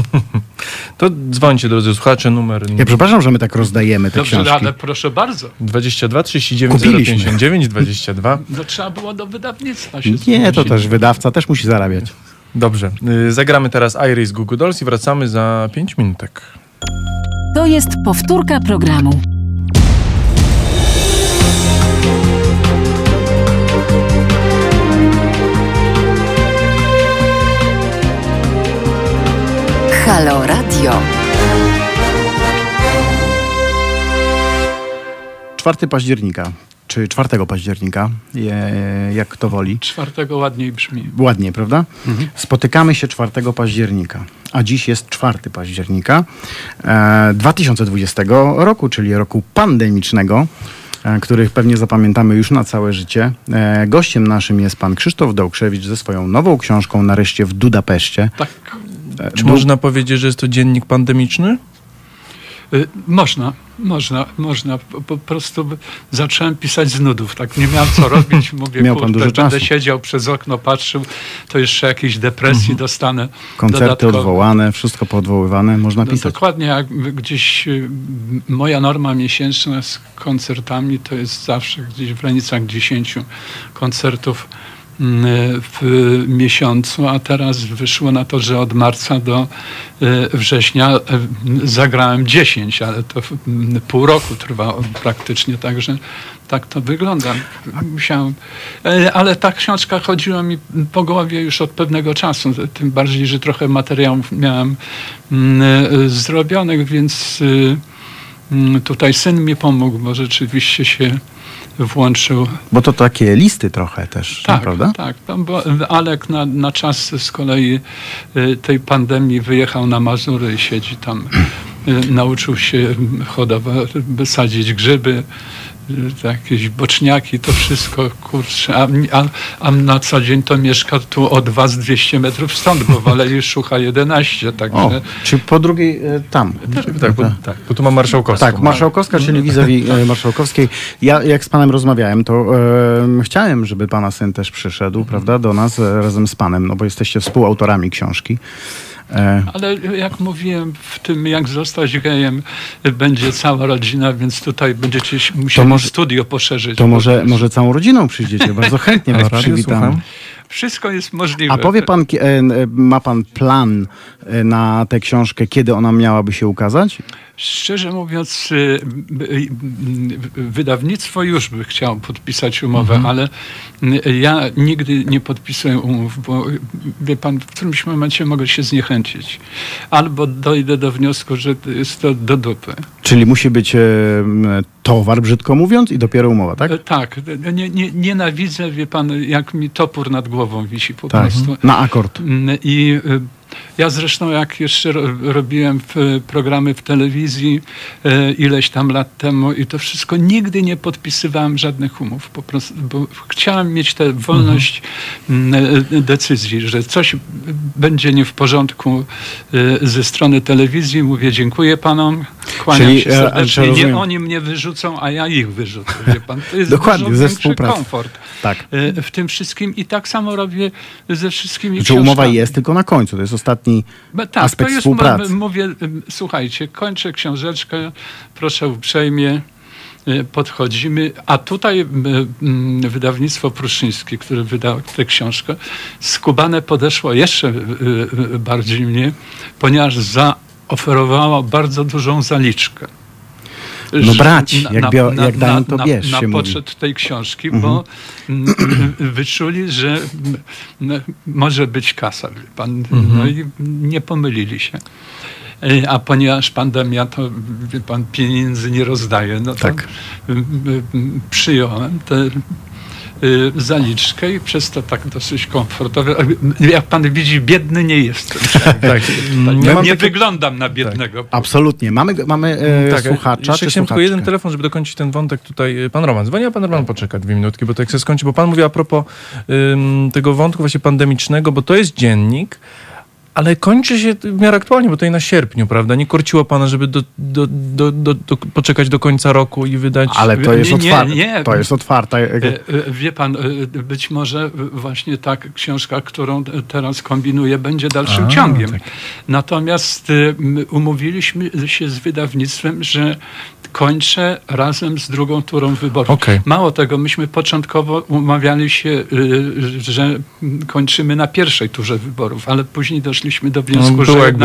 [SPEAKER 2] To dzwońcie, drodzy słuchacze, numer...
[SPEAKER 1] Ja przepraszam, że my tak rozdajemy te
[SPEAKER 6] Dobrze,
[SPEAKER 1] książki.
[SPEAKER 6] ale proszę bardzo.
[SPEAKER 2] 22 39 059 22.
[SPEAKER 6] No trzeba było do wydawnictwa się
[SPEAKER 1] Nie, to też wydawca też musi zarabiać.
[SPEAKER 2] Dobrze. Zagramy teraz Iris Goo Dolls i wracamy za 5 minutek.
[SPEAKER 3] To jest powtórka programu.
[SPEAKER 5] Halo Radio.
[SPEAKER 1] 4 października, czy 4 października, jak kto woli.
[SPEAKER 6] 4 ładniej brzmi.
[SPEAKER 1] Ładnie, prawda? Spotykamy się 4 października, a dziś jest 4 października 2020 roku, czyli roku pandemicznego, których pewnie zapamiętamy już na całe życie. Gościem naszym jest pan Krzysztof Dałkrzewicz ze swoją nową książką Nareszcie w Budapeszcie.
[SPEAKER 6] Tak.
[SPEAKER 2] Czy można powiedzieć, że jest to dziennik pandemiczny?
[SPEAKER 6] Można. Po prostu zacząłem pisać z nudów. Tak nie miałem co robić. Mówię,
[SPEAKER 1] Miał pan dużo czasu.
[SPEAKER 6] Będę siedział przez okno, patrzył, to jeszcze jakiejś depresji dostanę.
[SPEAKER 1] Koncerty odwołane, wszystko poodwoływane, można pisać.
[SPEAKER 6] Dokładnie, jak gdzieś moja norma miesięczna z koncertami to jest zawsze gdzieś w granicach 10 koncertów w miesiącu, a teraz wyszło na to, że od marca do września zagrałem 10, ale to pół roku trwało praktycznie, także tak to wygląda. Ale ta książka chodziła mi po głowie już od pewnego czasu, tym bardziej, że trochę materiałów miałem zrobionych, więc tutaj syn mi pomógł, bo rzeczywiście się włączył.
[SPEAKER 1] Bo to takie listy trochę też,
[SPEAKER 6] tak,
[SPEAKER 1] prawda?
[SPEAKER 6] Tak, bo Alek na czas z kolei tej pandemii wyjechał na Mazury i siedzi tam. Nauczył się hodować, sadzić grzyby, jakieś boczniaki, to wszystko, kurczę, a na co dzień to mieszka tu od was 200 metrów stąd, bo w Alei Szucha 11, także...
[SPEAKER 1] O, czy po drugiej tam.
[SPEAKER 2] Bo tu mam Marszałkowską.
[SPEAKER 1] Tak, Marszałkowska, czyli vis-a-vis Marszałkowskiej. Ja jak z panem rozmawiałem, to chciałem, żeby pana syn też przyszedł, prawda, do nas razem z panem, no bo jesteście współautorami książki.
[SPEAKER 6] Ale jak mówiłem, w tym jak zostać gejem będzie cała rodzina, więc tutaj będziecie musieli studio poszerzyć.
[SPEAKER 1] To może całą rodziną przyjdziecie, bardzo chętnie was przywitamy.
[SPEAKER 6] Wszystko jest możliwe.
[SPEAKER 1] A powie pan, ma pan plan na tę książkę, kiedy ona miałaby się ukazać?
[SPEAKER 6] Szczerze mówiąc, wydawnictwo już by chciało podpisać umowę, ale ja nigdy nie podpisuję umów, bo wie pan, w którymś momencie mogę się zniechęcić. Albo dojdę do wniosku, że jest to do dupy.
[SPEAKER 1] Czyli musi być towar, brzydko mówiąc, i dopiero umowa, tak?
[SPEAKER 6] Tak. Nienawidzę, wie pan, jak mi topór nad głową wisi po prostu.
[SPEAKER 1] Na akord.
[SPEAKER 6] I ja zresztą, jak jeszcze robiłem programy w telewizji ileś tam lat temu i to wszystko, nigdy nie podpisywałem żadnych umów, po prostu, bo chciałem mieć tę wolność decyzji, że coś będzie nie w porządku ze strony telewizji. Mówię, dziękuję panom, kłaniam się serdecznie. Nie oni mnie wyrzucą, a ja ich wyrzucę. Wie pan, to jest
[SPEAKER 1] dokładnie,
[SPEAKER 6] dużo
[SPEAKER 1] ze
[SPEAKER 6] większy komfort w tym wszystkim i tak samo robię ze wszystkimi książkami.
[SPEAKER 1] Umowa jest tylko na końcu, to jest ostatni aspekt współpracy.
[SPEAKER 6] Mówię, słuchajcie, kończę książeczkę, proszę uprzejmie, podchodzimy, a tutaj wydawnictwo Pruszyńskie, które wydało tę książkę, skubane podeszło jeszcze bardziej mnie, ponieważ zaoferowało bardzo dużą zaliczkę.
[SPEAKER 1] No brać, jak dają, to bierz,
[SPEAKER 6] na poczet tej książki, bo wyczuli, że może być kasa, wie pan, no i nie pomylili się. A ponieważ pandemia, to wie pan, pieniędzy nie rozdaje, no to przyjąłem tę zaliczkę i przez to tak dosyć komfortowe. Jak pan widzi, biedny nie jestem. Nie wyglądam na biednego.
[SPEAKER 1] Tak. Absolutnie. Mamy słuchacza.
[SPEAKER 2] Jeszcze chciałem tylko jeden telefon, żeby dokończyć ten wątek tutaj. Pan Roman dzwoni, a pan Roman poczeka 2 minutki, bo to jak się skończy, bo pan mówi a propos tego wątku właśnie pandemicznego, bo to jest dziennik, ale kończy się w miarę aktualnie, bo tutaj na sierpniu, prawda? Nie korciło pana, żeby poczekać do końca roku i wydać...
[SPEAKER 1] Ale to jest otwarte. Nie. To jest otwarte.
[SPEAKER 6] Wie pan, być może właśnie ta książka, którą teraz kombinuję, będzie dalszym ciągiem. Tak. Natomiast umówiliśmy się z wydawnictwem, że kończę razem z drugą turą wyborów. Okay. Mało tego, myśmy początkowo umawiali się, że kończymy na pierwszej turze wyborów, ale później doszliśmy do wniosku,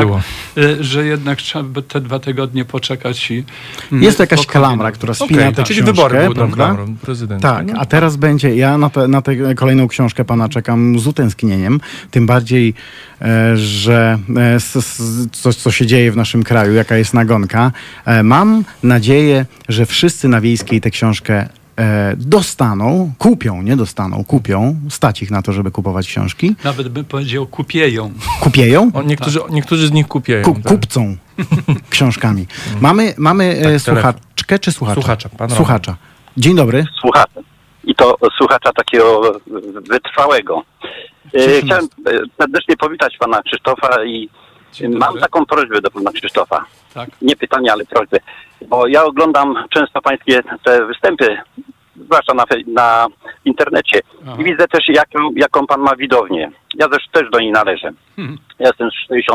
[SPEAKER 6] że jednak trzeba by te 2 tygodnie poczekać i...
[SPEAKER 1] Jest to jakaś klamra, która spina tę
[SPEAKER 2] czyli
[SPEAKER 1] książkę,
[SPEAKER 2] wybory były klamrą prezydenta.
[SPEAKER 1] Tak, a teraz będzie, ja na tę kolejną książkę pana czekam z utęsknieniem, tym bardziej, że coś, co się dzieje w naszym kraju, jaka jest nagonka. Mam nadzieję, że wszyscy na Wiejskiej tę książkę dostaną, kupią, stać ich na to, żeby kupować książki.
[SPEAKER 6] Nawet bym powiedział, kupieją.
[SPEAKER 1] Kupieją?
[SPEAKER 2] Niektórzy z nich kupieją.
[SPEAKER 1] Kupcą książkami. Mamy słuchaczkę czy słuchacza? Słuchacza. Dzień dobry.
[SPEAKER 7] Słuchacza. I to słuchacza takiego wytrwałego. Chciałem serdecznie powitać pana Krzysztofa i mam taką prośbę do pana Krzysztofa. Tak. Nie pytanie, ale prośbę. Bo ja oglądam często pańskie te występy, zwłaszcza na internecie. Aha. I widzę też, jaką pan ma widownię. Ja też do niej należę. Ja jestem 60+.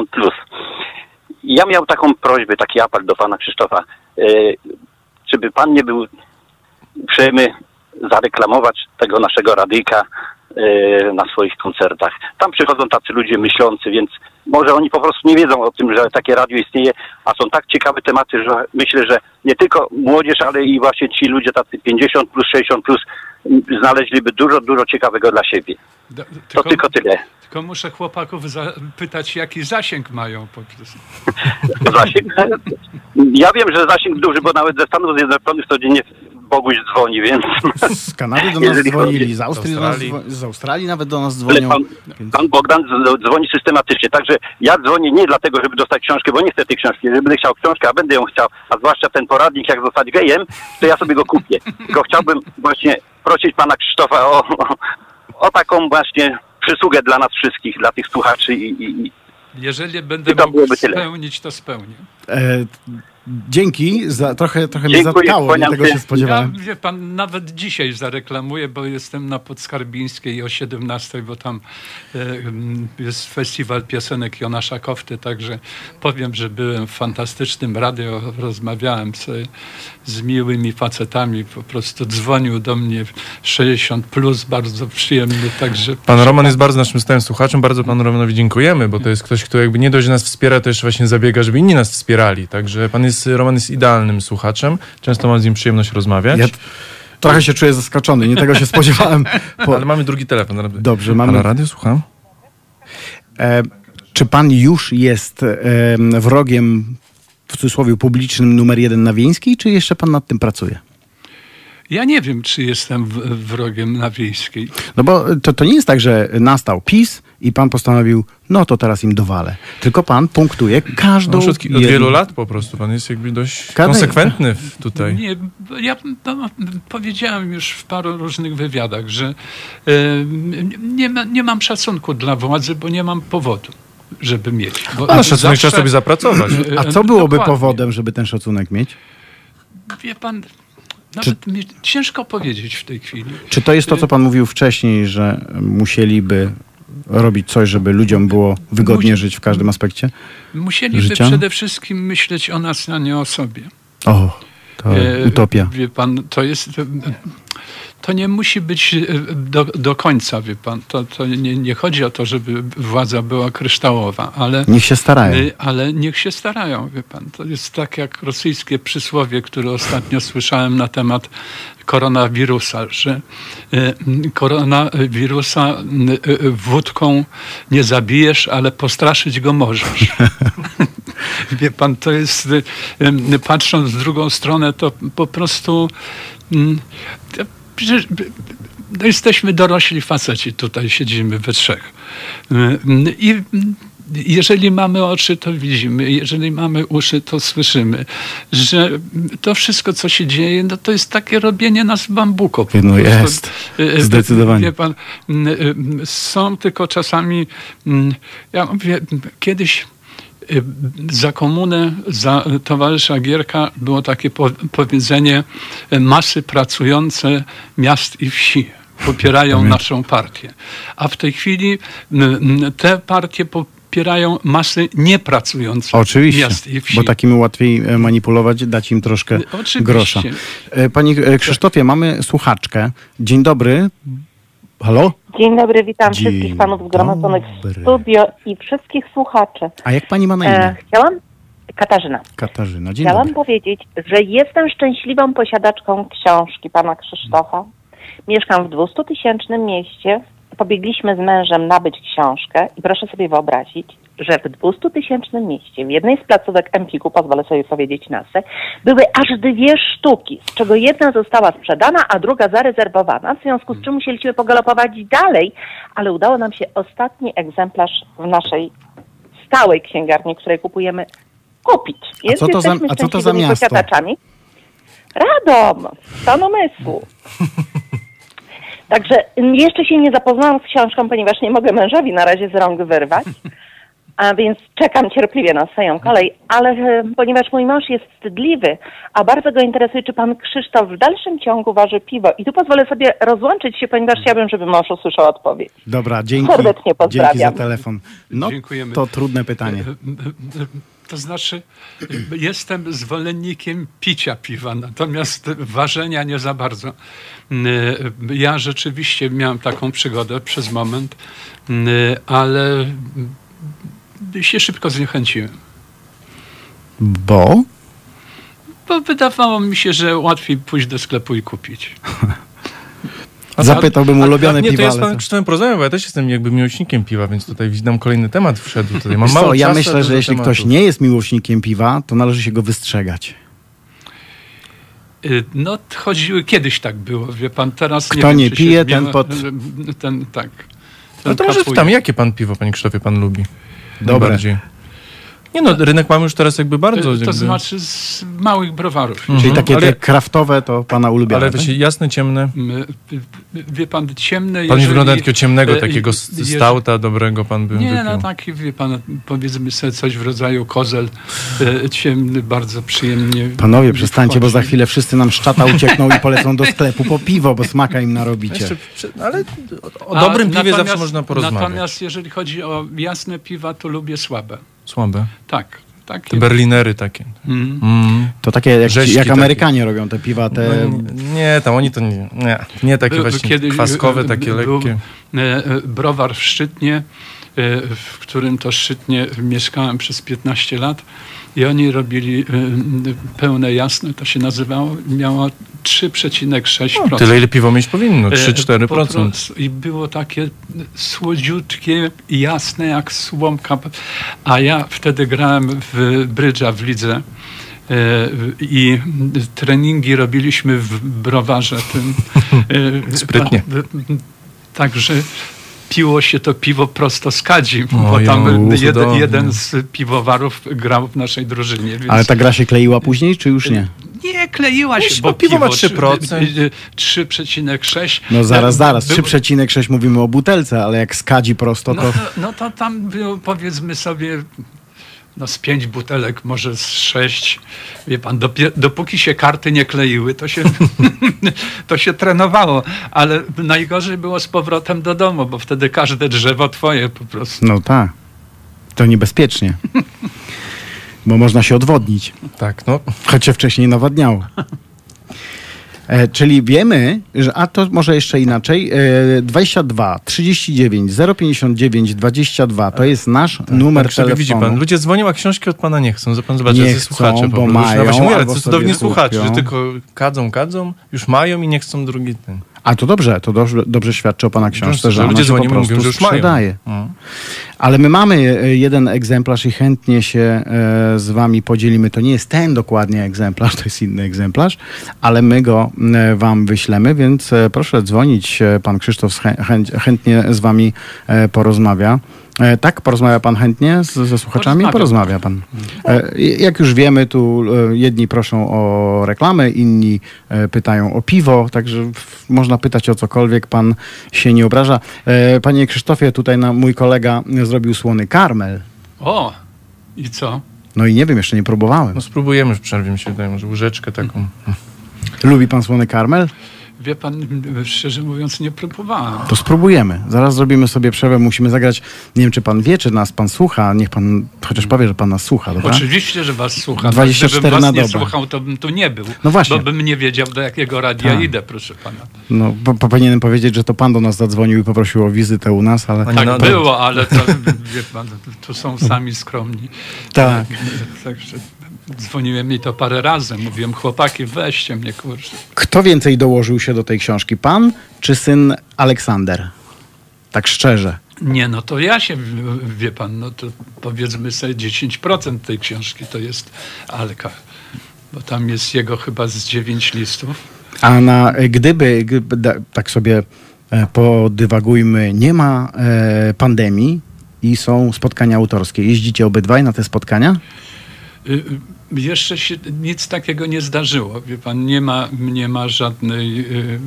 [SPEAKER 7] I ja miał taką prośbę, taki apel do pana Krzysztofa. Czy by pan nie był uprzejmy zareklamować tego naszego radyjka na swoich koncertach. Tam przychodzą tacy ludzie myślący, więc może oni po prostu nie wiedzą o tym, że takie radio istnieje, a są tak ciekawe tematy, że myślę, że nie tylko młodzież, ale i właśnie ci ludzie tacy 50+, 60+, znaleźliby dużo ciekawego dla siebie. To tylko tyle.
[SPEAKER 6] Tylko muszę chłopaków zapytać, jaki zasięg mają po prostu.
[SPEAKER 7] Zasięg? Ja wiem, że zasięg duży, bo nawet ze Stanów Zjednoczonych codziennie Boguś dzwoni, więc...
[SPEAKER 1] Z Kanady do nas dzwonili, z Austrii z Australii nawet do nas dzwonią.
[SPEAKER 7] Ale pan Bogdan dzwoni systematycznie, także ja dzwonię nie dlatego, żeby dostać książkę, bo nie chcę tej książki. Jeżeli będę chciał książkę, a będę ją chciał, a zwłaszcza ten poradnik, jak zostać gejem, to ja sobie go kupię. Tylko chciałbym właśnie prosić pana Krzysztofa o taką właśnie przysługę dla nas wszystkich, dla tych słuchaczy i
[SPEAKER 6] jeżeli będę mógł spełnić, to spełnię.
[SPEAKER 1] Dzięki, trochę mnie zatkało, nie tego się spodziewałem.
[SPEAKER 6] Ja, wie pan, nawet dzisiaj zareklamuję, bo jestem na Podskarbińskiej o 17:00, bo tam jest festiwal piosenek Jonasza Kofty, także powiem, że byłem w fantastycznym radio, rozmawiałem sobie z miłymi facetami, po prostu dzwonił do mnie 60+, bardzo przyjemny, także...
[SPEAKER 2] Pan Roman jest bardzo naszym stałym słuchaczem, bardzo panu Romanowi dziękujemy, bo to jest ktoś, kto jakby nie dość, że nas wspiera, to jeszcze właśnie zabiega, żeby inni nas wspierali, także Roman jest idealnym słuchaczem. Często mam z nim przyjemność rozmawiać.
[SPEAKER 1] Ja trochę się czuję zaskoczony, nie tego się spodziewałem.
[SPEAKER 2] Ale mamy drugi telefon.
[SPEAKER 1] Dobrze, mamy.
[SPEAKER 2] Halo Radio, słucham.
[SPEAKER 1] Czy pan już jest wrogiem, w cudzysłowie, publicznym numer 1 na Wiejskiej, czy jeszcze pan nad tym pracuje?
[SPEAKER 6] Ja nie wiem, czy jestem wrogiem na Wiejskiej.
[SPEAKER 1] No bo to nie jest tak, że nastał PiS i pan postanowił, no to teraz im dowalę. Tylko pan punktuje każdą...
[SPEAKER 2] Od wielu lat po prostu. Pan jest jakby dość konsekwentny tutaj.
[SPEAKER 6] Nie, ja powiedziałem już w paru różnych wywiadach, że nie mam szacunku dla władzy, bo nie mam powodu, żeby mieć.
[SPEAKER 2] Ale szacunek trzeba sobie zapracować.
[SPEAKER 1] A co byłoby powodem, żeby ten szacunek mieć?
[SPEAKER 6] Wie pan... Nawet mi ciężko powiedzieć w tej chwili.
[SPEAKER 1] Czy to jest to, co pan mówił wcześniej, że musieliby robić coś, żeby ludziom było wygodnie żyć w każdym aspekcie
[SPEAKER 6] Musieliby
[SPEAKER 1] życia?
[SPEAKER 6] Przede wszystkim myśleć o nas, a nie o sobie.
[SPEAKER 1] O, to utopia.
[SPEAKER 6] Wie pan, to nie musi być do końca, wie pan. To nie chodzi o to, żeby władza była kryształowa, ale...
[SPEAKER 1] Niech się starają.
[SPEAKER 6] Ale niech się starają, wie pan. To jest tak jak rosyjskie przysłowie, które ostatnio słyszałem na temat koronawirusa, że koronawirusa wódką nie zabijesz, ale postraszyć go możesz. Wie pan, to jest, patrząc w drugą stronę, to po prostu... No jesteśmy dorośli faceci, tutaj siedzimy we trzech. I jeżeli mamy oczy, to widzimy. Jeżeli mamy uszy, to słyszymy. Że to wszystko, co się dzieje, no to jest takie robienie nas bambuko.
[SPEAKER 1] No jest. Zdecydowanie.
[SPEAKER 6] Wie pan, są tylko czasami... Ja mówię, kiedyś... Za komunę, za towarzysza Gierka było takie powiedzenie: masy pracujące miast i wsi popierają naszą partię. A w tej chwili te partie popierają masy niepracujące miast i wsi.
[SPEAKER 1] Bo takimi łatwiej manipulować, dać im troszkę grosza. Panie Krzysztofie, mamy słuchaczkę. Dzień dobry. Halo?
[SPEAKER 8] Dzień dobry, witam wszystkich panów zgromadzonych w studio i wszystkich słuchaczy.
[SPEAKER 1] A jak pani ma na imię?
[SPEAKER 8] Katarzyna.
[SPEAKER 1] Katarzyna, dzień
[SPEAKER 8] Chciałam
[SPEAKER 1] dobry.
[SPEAKER 8] powiedzieć, że jestem szczęśliwą posiadaczką książki pana Krzysztofa. Mieszkam w 200-tysięcznym mieście. Pobiegliśmy z mężem nabyć książkę i proszę sobie wyobrazić, że w 200-tysięcznym mieście, w jednej z placówek Empiku, pozwolę sobie powiedzieć nazwę, były aż 2 sztuki, z czego jedna została sprzedana, a druga zarezerwowana, w związku z czym musieliśmy pogalopować dalej, ale udało nam się ostatni egzemplarz w naszej stałej księgarni, której kupujemy, kupić.
[SPEAKER 1] A co to za miasto?
[SPEAKER 8] Posiadaczami. Radom, stan umysłu. Także jeszcze się nie zapoznałam z książką, ponieważ nie mogę mężowi na razie z rąk wyrwać, a więc czekam cierpliwie na swoją kolej, ale ponieważ mój mąż jest wstydliwy, a bardzo go interesuje, czy pan Krzysztof w dalszym ciągu waży piwo. I tu pozwolę sobie rozłączyć się, ponieważ chciałabym, żeby mąż usłyszał odpowiedź.
[SPEAKER 1] Dobra, dzięki.
[SPEAKER 8] Serdecznie pozdrawiam.
[SPEAKER 1] Dzięki za telefon. No,
[SPEAKER 6] dziękujemy.
[SPEAKER 1] To trudne pytanie.
[SPEAKER 6] To znaczy, jestem zwolennikiem picia piwa, natomiast ważenia nie za bardzo. Ja rzeczywiście miałem taką przygodę przez moment, ale się szybko zniechęciłem.
[SPEAKER 1] Bo
[SPEAKER 6] Bo wydawało mi się, że łatwiej pójść do sklepu i kupić.
[SPEAKER 1] Zapytałbym ulubione
[SPEAKER 2] piwa. Nie, to ja z
[SPEAKER 1] ale
[SPEAKER 2] panem Krzysztofem porozmawiam, bo ja też jestem jakby miłośnikiem piwa, więc tutaj widzę kolejny temat wszedł. Tutaj mam mało
[SPEAKER 1] ja
[SPEAKER 2] czasu,
[SPEAKER 1] myślę, że jeśli
[SPEAKER 2] tematu.
[SPEAKER 1] ktoś nie jest miłośnikiem piwa, to należy się go wystrzegać.
[SPEAKER 6] No, chodziły, kiedyś tak było, wie pan, teraz
[SPEAKER 1] Kto nie pije, ten pod...
[SPEAKER 6] Tak.
[SPEAKER 2] Ale to może tam, jakie pan piwo, panie Krzysztofie, pan lubi?
[SPEAKER 1] Dobre.
[SPEAKER 2] Nie no, rynek mamy już teraz jakby bardzo...
[SPEAKER 6] To znaczy z małych browarów.
[SPEAKER 1] Czyli takie te kraftowe to pana ulubione.
[SPEAKER 2] Ale wiecie, jasne, ciemne?
[SPEAKER 6] Wie pan, ciemne...
[SPEAKER 2] Pan nie wygląda takiego ciemnego, takiego stauta dobrego pan by
[SPEAKER 6] Nie,
[SPEAKER 2] wypił.
[SPEAKER 6] no taki, wie pan, powiedzmy sobie coś w rodzaju kozel ciemny, bardzo przyjemnie.
[SPEAKER 1] Panowie, przestańcie, bo za chwilę wszyscy nam z czata uciekną i polecą do sklepu po piwo, bo smaka im narobicie.
[SPEAKER 2] Ale o dobrym piwie zawsze można porozmawiać.
[SPEAKER 6] Natomiast jeżeli chodzi o jasne piwa, to lubię słabe.
[SPEAKER 2] Słabe?
[SPEAKER 6] Tak.
[SPEAKER 2] Te berlinery takie.
[SPEAKER 1] To takie jak Amerykanie robią te piwa.
[SPEAKER 2] No, nie, tam oni to nie takie właśnie kwaskowe, takie lekkie.
[SPEAKER 6] Browar w Szczytnie, w którym to Szczytnie mieszkałem przez 15 lat i oni robili pełne jasne, to się nazywało, miało 3,6%.
[SPEAKER 2] Tyle ile piwo mieć powinno, 3-4%.
[SPEAKER 6] I było takie słodziutkie, jasne jak słomka. A ja wtedy grałem w brydża w lidze i treningi robiliśmy w browarze tym.
[SPEAKER 2] Sprytnie.
[SPEAKER 6] Także piło się to piwo prosto z Kadzi, bo tam jeden z piwowarów grał w naszej drużynie. Więc...
[SPEAKER 1] Ale ta gra się kleiła później, czy już nie?
[SPEAKER 6] Nie, kleiła się, bo
[SPEAKER 2] piwo ma 3%.
[SPEAKER 6] 3,6.
[SPEAKER 1] No zaraz, 3,6 mówimy o butelce, ale jak z Kadzi prosto, to...
[SPEAKER 6] No to tam było, powiedzmy sobie, z 5 butelek, może z 6. Wie pan, dopóki się karty nie kleiły, to się trenowało. Ale najgorzej było z powrotem do domu, bo wtedy każde drzewo twoje po prostu.
[SPEAKER 1] No tak. To niebezpiecznie. Bo można się odwodnić.
[SPEAKER 2] Tak, no.
[SPEAKER 1] Choć się wcześniej nawadniało. Czyli wiemy, że, a to może jeszcze inaczej, 22 39 059 22 to jest nasz numer telefonu.
[SPEAKER 2] Widzi pan, ludzie dzwonią, a książki od pana nie chcą. Pan zobaczy,
[SPEAKER 1] nie
[SPEAKER 2] chcą, słuchacze,
[SPEAKER 1] bo mają,
[SPEAKER 2] ale to cudowni słuchacze, że tylko kadzą, już mają i nie chcą drugi ten.
[SPEAKER 1] A to dobrze świadczy o pana książce, że
[SPEAKER 2] ludzie
[SPEAKER 1] dzwonią,
[SPEAKER 2] mówią, że już
[SPEAKER 1] sprzedaje. Ale my mamy jeden egzemplarz i chętnie się z wami podzielimy. To nie jest ten dokładnie egzemplarz, to jest inny egzemplarz, ale my go wam wyślemy, więc proszę dzwonić. Pan Krzysztof chętnie z wami porozmawia. Tak? Porozmawia pan chętnie ze słuchaczami? Porozmawia pan. Jak już wiemy, tu jedni proszą o reklamę, inni pytają o piwo, także można pytać o cokolwiek, pan się nie obraża. Panie Krzysztofie, tutaj mój kolega zrobił słony karmel.
[SPEAKER 6] O! I co?
[SPEAKER 1] No i nie wiem, jeszcze nie próbowałem.
[SPEAKER 2] No spróbujemy w przerwie, mi się wydaje, może łyżeczkę taką.
[SPEAKER 1] Lubi pan słony karmel?
[SPEAKER 6] Wie pan, szczerze mówiąc, nie próbowałem.
[SPEAKER 1] To spróbujemy. Zaraz zrobimy sobie przerwę. Musimy zagrać. Nie wiem, czy pan wie, czy nas pan słucha. Niech pan chociaż powie, że pan nas słucha, dobra?
[SPEAKER 6] Oczywiście, że was słucham.
[SPEAKER 1] 24
[SPEAKER 6] Gdybym was
[SPEAKER 1] na
[SPEAKER 6] nie
[SPEAKER 1] dobę.
[SPEAKER 6] słuchał, to bym tu nie był.
[SPEAKER 1] No właśnie.
[SPEAKER 6] Bo bym nie wiedział, do jakiego radia idę, proszę pana.
[SPEAKER 1] No, powinienem powiedzieć, że to pan do nas zadzwonił i poprosił o wizytę u nas, ale...
[SPEAKER 6] Tak było, ale to, wie pan, to są sami skromni.
[SPEAKER 1] Tak.
[SPEAKER 6] Także dzwoniłem mi to parę razy. Mówiłem, chłopaki, weźcie mnie, kurczę.
[SPEAKER 1] Kto więcej dołożył się do tej książki? Pan czy syn Aleksander? Tak szczerze.
[SPEAKER 6] Nie, no to ja się, wie pan, no to powiedzmy sobie 10% tej książki to jest Alka. Bo tam jest jego chyba z 9 listów.
[SPEAKER 1] A gdyby tak sobie podywagujmy, nie ma pandemii i są spotkania autorskie. Jeździcie obydwaj na te spotkania?
[SPEAKER 6] Jeszcze się nic takiego nie zdarzyło. Wie pan, nie ma żadnej...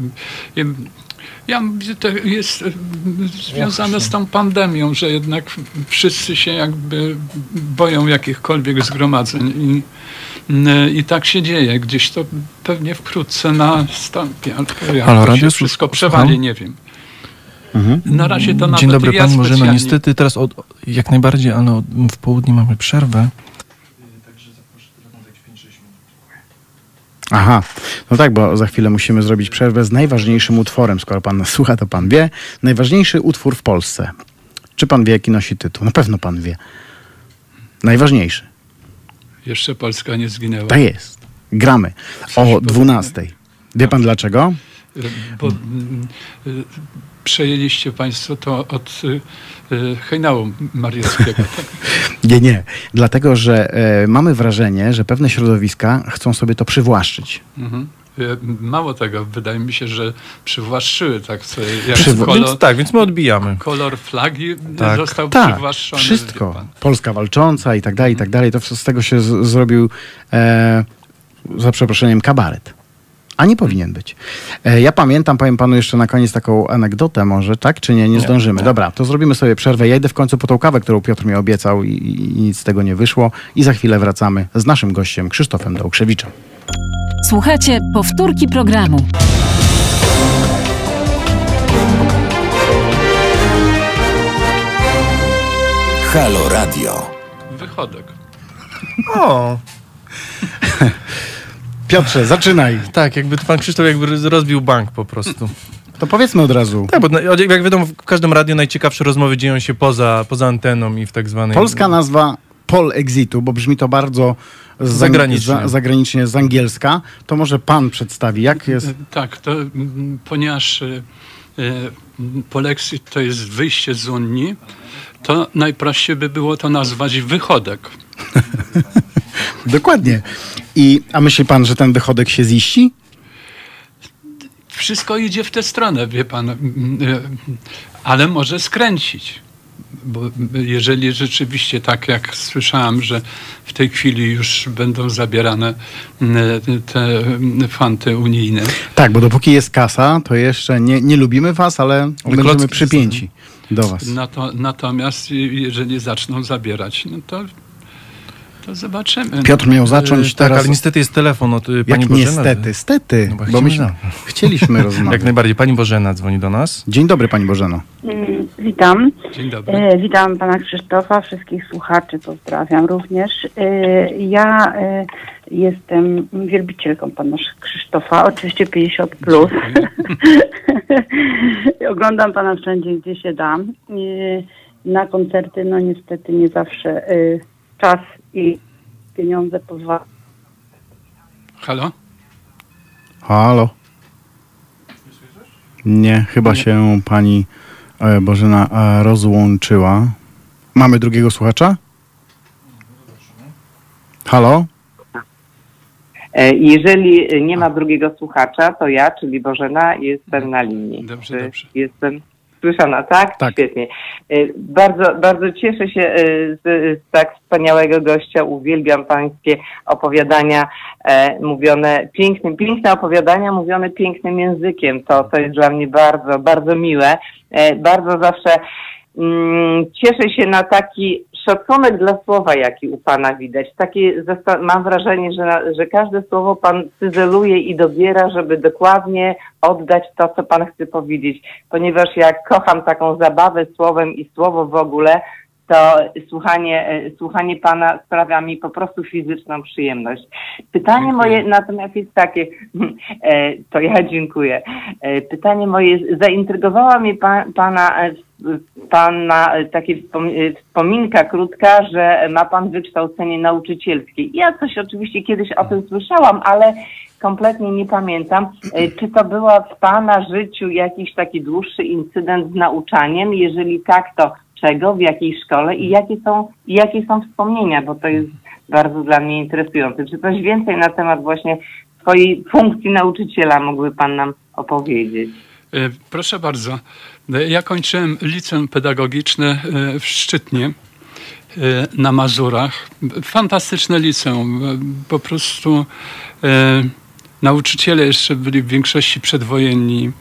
[SPEAKER 6] to jest związane z tą pandemią, że jednak wszyscy się jakby boją jakichkolwiek zgromadzeń i tak się dzieje. Gdzieś to pewnie wkrótce nastąpi. Ale to się wszystko przewali, nie wiem. Na razie to nawet
[SPEAKER 2] Dzień dobry,
[SPEAKER 6] ja
[SPEAKER 2] pani Marzeno.
[SPEAKER 6] specjalnie...
[SPEAKER 2] Niestety teraz jak najbardziej, ale w południe mamy przerwę.
[SPEAKER 1] Aha, no tak, bo za chwilę musimy zrobić przerwę z najważniejszym utworem. Skoro pan nas słucha, to pan wie. Najważniejszy utwór w Polsce. Czy pan wie, jaki nosi tytuł? Na pewno pan wie. Najważniejszy.
[SPEAKER 6] Jeszcze Polska nie zginęła.
[SPEAKER 1] Tak jest. Gramy o 12:00. Wie pan dlaczego?
[SPEAKER 6] Bo przejęliście państwo to od hejnału mariackiego. Tak?
[SPEAKER 1] Nie. Dlatego, że mamy wrażenie, że pewne środowiska chcą sobie to przywłaszczyć.
[SPEAKER 6] Mhm. Mało tego, wydaje mi się, że przywłaszczyły tak sobie.
[SPEAKER 2] Więc my odbijamy.
[SPEAKER 6] Kolor flagi został przywłaszczony.
[SPEAKER 1] Wszystko. Polska walcząca i tak dalej. To z tego się zrobił, za przeproszeniem, kabaret. A nie powinien być. Ja pamiętam, powiem panu jeszcze na koniec taką anegdotę może, tak? Czy nie zdążymy? Dobra, to zrobimy sobie przerwę. Ja idę w końcu po tą kawę, którą Piotr mi obiecał i nic z tego nie wyszło. I za chwilę wracamy z naszym gościem Krzysztofem Dołkrzewiczem.
[SPEAKER 3] Słuchajcie, powtórki programu.
[SPEAKER 4] Halo Radio.
[SPEAKER 6] Wychodek.
[SPEAKER 2] O!
[SPEAKER 1] Piotrze, zaczynaj.
[SPEAKER 2] Tak, jakby pan Krzysztof rozbił bank po prostu.
[SPEAKER 1] To powiedzmy od razu.
[SPEAKER 2] Tak, bo jak wiadomo, w każdym radiu najciekawsze rozmowy dzieją się poza anteną i w tak zwanej...
[SPEAKER 1] Polska nazwa Polexitu, bo brzmi to bardzo zagranicznie z angielska. To może pan przedstawi, jak jest...
[SPEAKER 6] Tak, to ponieważ Polexit to jest wyjście z Unii, to najprościej by było to nazwać wychodek.
[SPEAKER 1] Dokładnie. A myśli pan, że ten wychodek się ziści?
[SPEAKER 6] Wszystko idzie w tę stronę, wie pan, ale może skręcić. Bo jeżeli rzeczywiście, tak jak słyszałem, że w tej chwili już będą zabierane te fanty unijne.
[SPEAKER 1] Tak, bo dopóki jest kasa, to jeszcze nie lubimy was, ale będziemy przypięci do was.
[SPEAKER 6] Natomiast jeżeli zaczną zabierać, no to zobaczymy.
[SPEAKER 1] Piotr miał zacząć teraz...
[SPEAKER 2] Tak, ale niestety jest telefon od pani Bożena.
[SPEAKER 1] Niestety,
[SPEAKER 2] no
[SPEAKER 1] bo myśmy chcieliśmy rozmawiać.
[SPEAKER 2] Jak najbardziej. Pani Bożena dzwoni do nas.
[SPEAKER 1] Dzień dobry, pani Bożeno.
[SPEAKER 9] Witam.
[SPEAKER 6] Dzień dobry.
[SPEAKER 9] Witam pana Krzysztofa, wszystkich słuchaczy pozdrawiam również. Ja jestem wielbicielką pana Krzysztofa, oczywiście 50+. Oglądam pana wszędzie, gdzie się da. Na koncerty, no niestety nie zawsze czas i pieniądze pozwalają.
[SPEAKER 1] Halo? Nie, chyba się pani Bożena rozłączyła. Mamy drugiego słuchacza? Halo?
[SPEAKER 10] Jeżeli nie ma drugiego słuchacza, to ja, czyli Bożena, jestem na linii.
[SPEAKER 6] Dobrze.
[SPEAKER 10] Jestem słyszana, tak?
[SPEAKER 1] Tak.
[SPEAKER 10] Świetnie. Bardzo, bardzo cieszę się z tak wspaniałego gościa. Uwielbiam pańskie opowiadania mówione piękne opowiadania mówione pięknym językiem. To jest dla mnie bardzo, bardzo miłe. Bardzo zawsze cieszę się na taki szacunek dla słowa, jaki u pana widać. Mam wrażenie, że każde słowo pan cyzeluje i dobiera, żeby dokładnie oddać to, co pan chce powiedzieć. Ponieważ ja kocham taką zabawę słowem i słowo w ogóle, to słuchanie pana sprawia mi po prostu fizyczną przyjemność. Pytanie moje natomiast jest takie, to ja dziękuję. Pytanie moje, zaintrygowała mnie pana takie wspominka krótka, że ma pan wykształcenie nauczycielskie. Ja coś oczywiście kiedyś o tym słyszałam, ale kompletnie nie pamiętam. Czy to była w pana życiu jakiś taki dłuższy incydent z nauczaniem? Jeżeli tak, to czego, w jakiej szkole i jakie są wspomnienia, bo to jest bardzo dla mnie interesujące. Czy coś więcej na temat właśnie swojej funkcji nauczyciela mógłby pan nam opowiedzieć?
[SPEAKER 6] Proszę bardzo. Ja kończyłem liceum pedagogiczne w Szczytnie na Mazurach. Fantastyczne liceum. Po prostu nauczyciele jeszcze byli w większości przedwojenni.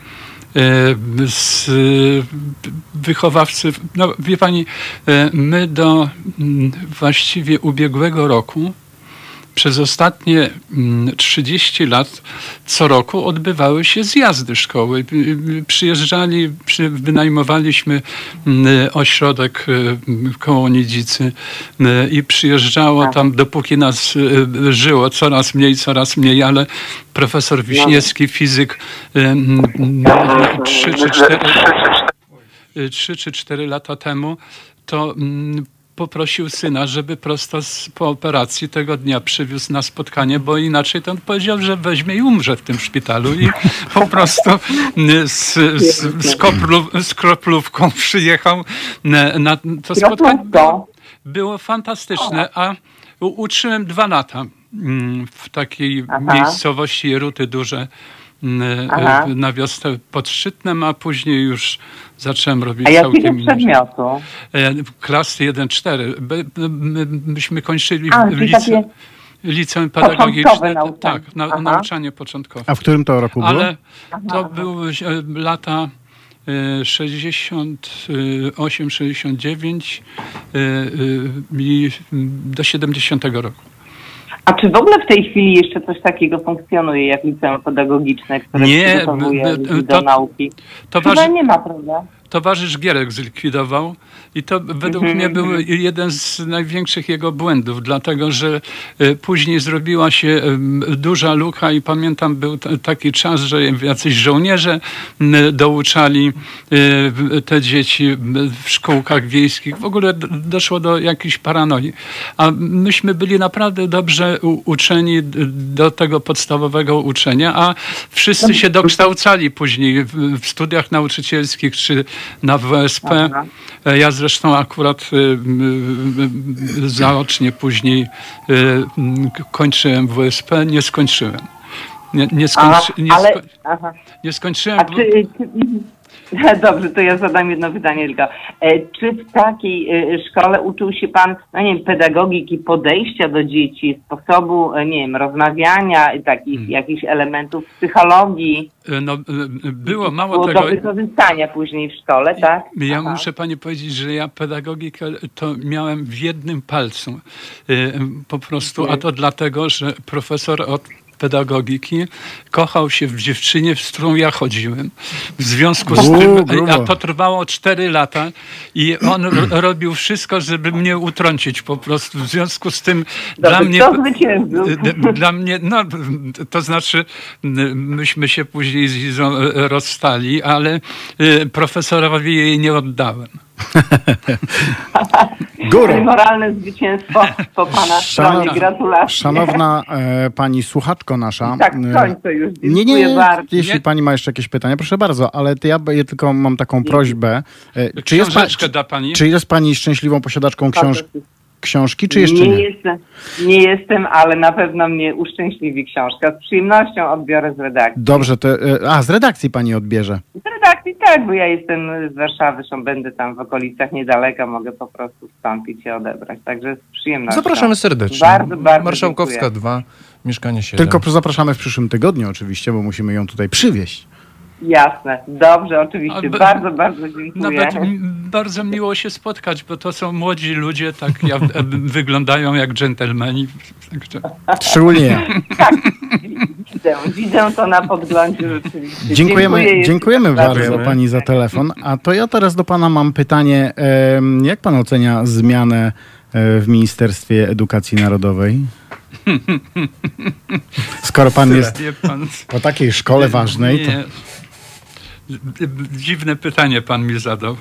[SPEAKER 6] Wychowawcy, no wie pani, my do właściwie ubiegłego roku przez ostatnie 30 lat co roku odbywały się zjazdy szkoły. Przyjeżdżali, wynajmowaliśmy ośrodek koło Nidzicy i przyjeżdżało tam, dopóki nas żyło, coraz mniej, ale profesor Wiśniewski, fizyk, 3 czy 4 lata temu, to poprosił syna, żeby prosto po operacji tego dnia przywiózł na spotkanie, bo inaczej to on powiedział, że weźmie i umrze w tym szpitalu i po prostu z kroplówką przyjechał na to spotkanie. Było fantastyczne, a uczyłem 2 lata w takiej miejscowości Jeruty Duże na wiosnę pod Szczytnem, a później już zacząłem robić całkiem inne
[SPEAKER 10] przedmiotu?
[SPEAKER 6] Klasy 1-4. Myśmy kończyli liceum pedagogiczne. Tak, nauczanie początkowe.
[SPEAKER 1] A w którym to roku było?
[SPEAKER 6] Ale to były lata 68, 69 i do 70 roku.
[SPEAKER 10] A czy w ogóle w tej chwili jeszcze coś takiego funkcjonuje jak liceum pedagogiczne, które przygotowuje do nauki? Chyba nie ma, prawda?
[SPEAKER 6] Towarzysz Gierek zlikwidował i to według mnie był jeden z największych jego błędów, dlatego że później zrobiła się duża luka i pamiętam, był taki czas, że jacyś żołnierze douczali te dzieci w szkółkach wiejskich. W ogóle doszło do jakiejś paranoi. A myśmy byli naprawdę dobrze uczeni do tego podstawowego uczenia, a wszyscy się dokształcali później w studiach nauczycielskich czy na WSP. Ja zresztą akurat zaocznie później kończyłem WSP, nie skończyłem. Nie skończyłem.
[SPEAKER 10] Dobrze, to ja zadam jedno pytanie tylko. Czy w takiej szkole uczył się pan, pedagogiki, podejścia do dzieci, sposobu, rozmawiania, takich jakichś elementów psychologii?
[SPEAKER 6] Było mało
[SPEAKER 10] było
[SPEAKER 6] tego.
[SPEAKER 10] Do wykorzystania później w szkole, tak?
[SPEAKER 6] Ja muszę pani powiedzieć, że ja pedagogikę to miałem w jednym palcu. Po prostu, a to dlatego, że profesor od pedagogiki kochał się w dziewczynie, z którą ja chodziłem. W związku z tym, a to trwało 4 lata i on robił wszystko, żeby mnie utrącić po prostu. W związku z tym dla mnie, to znaczy myśmy się później z Izą rozstali, ale profesorowi jej nie oddałem.
[SPEAKER 10] Moralne zwycięstwo po pana stronie. Gratulacje.
[SPEAKER 1] Szanowna pani słuchaczka, nasza.
[SPEAKER 10] Tak, kończę już. Dziękuję bardzo.
[SPEAKER 1] Jeśli pani ma jeszcze jakieś pytania, proszę bardzo, ale ja tylko mam taką prośbę. Czy jest pani szczęśliwą posiadaczką książki, czy jeszcze nie?
[SPEAKER 10] Nie jestem, ale na pewno mnie uszczęśliwi książka. Z przyjemnością odbiorę z redakcji.
[SPEAKER 1] Dobrze, z redakcji pani odbierze.
[SPEAKER 10] Z redakcji tak, bo ja jestem z Warszawy, zresztą będę tam w okolicach niedaleko, mogę po prostu wstąpić i odebrać. Także z przyjemnością.
[SPEAKER 2] Zapraszamy serdecznie.
[SPEAKER 10] Bardzo, bardzo
[SPEAKER 2] Marszałkowska
[SPEAKER 10] dziękuję.
[SPEAKER 2] 2, mieszkanie 7.
[SPEAKER 1] Tylko zapraszamy w przyszłym tygodniu oczywiście, bo musimy ją tutaj przywieźć.
[SPEAKER 10] Jasne, dobrze, oczywiście. Bardzo, bardzo dziękuję.
[SPEAKER 6] Nawet bardzo miło się spotkać, bo to są młodzi ludzie, tak wyglądają jak dżentelmeni.
[SPEAKER 1] Szczególnie ja.
[SPEAKER 10] Tak, widzę to na podglądzie rzeczywiście.
[SPEAKER 1] Dziękujemy bardzo pani za telefon. A to ja teraz do pana mam pytanie. Jak pan ocenia zmianę w Ministerstwie Edukacji Narodowej? Skoro pan jest po takiej szkole ważnej, to...
[SPEAKER 6] Dziwne pytanie pan mi zadał.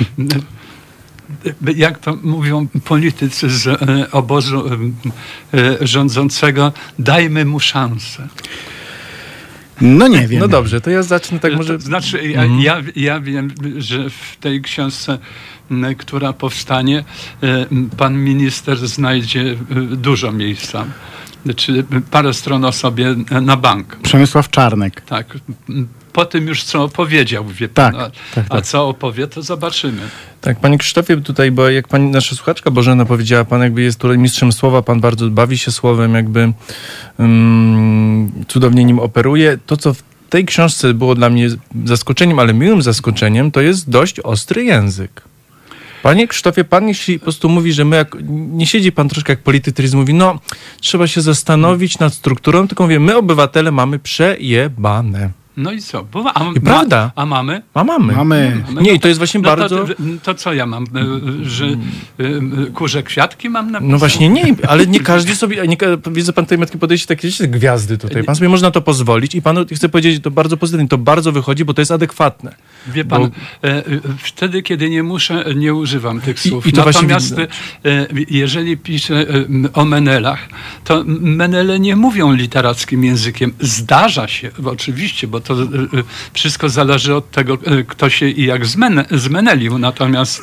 [SPEAKER 6] Jak to mówią politycy z obozu rządzącego, dajmy mu szansę.
[SPEAKER 1] No nie wiem.
[SPEAKER 2] No dobrze, to ja zacznę tak może...
[SPEAKER 6] Znaczy, ja wiem, że w tej książce, która powstanie, pan minister znajdzie dużo miejsca. Czy parę stron o sobie na bank.
[SPEAKER 1] Przemysław Czarnek.
[SPEAKER 6] Tak. Po tym już, co opowiedział, wie pan. A co opowie, to zobaczymy.
[SPEAKER 2] Tak, panie Krzysztofie, tutaj, bo jak pani nasza słuchaczka Bożena powiedziała, pan jakby jest tutaj mistrzem słowa, pan bardzo bawi się słowem, jakby cudownie nim operuje. To, co w tej książce było dla mnie zaskoczeniem, ale miłym zaskoczeniem, to jest dość ostry język. Panie Krzysztofie, pan jeśli po prostu mówi, że nie siedzi pan troszkę jak polityk, który mówi, trzeba się zastanowić nad strukturą, tylko mówię, my obywatele mamy przejebane.
[SPEAKER 6] No i co?
[SPEAKER 2] Prawda.
[SPEAKER 6] A mamy?
[SPEAKER 2] Mamy. Nie, i to jest właśnie bardzo...
[SPEAKER 6] To co ja mam? Że kurze kwiatki mam napisać?
[SPEAKER 2] No właśnie nie, ale nie każdy sobie... Widzę pan tutaj, Matki, podejście takie gwiazdy tutaj. Pan sobie można to pozwolić i panu chcę powiedzieć, to bardzo pozytywnie, to bardzo wychodzi, bo to jest adekwatne.
[SPEAKER 6] Wie pan, wtedy, kiedy nie muszę, nie używam tych słów.
[SPEAKER 2] I to
[SPEAKER 6] natomiast jeżeli piszę o Menelach, to Menele nie mówią literackim językiem. Zdarza się, oczywiście, bo to wszystko zależy od tego, kto się i jak zmenelił. Natomiast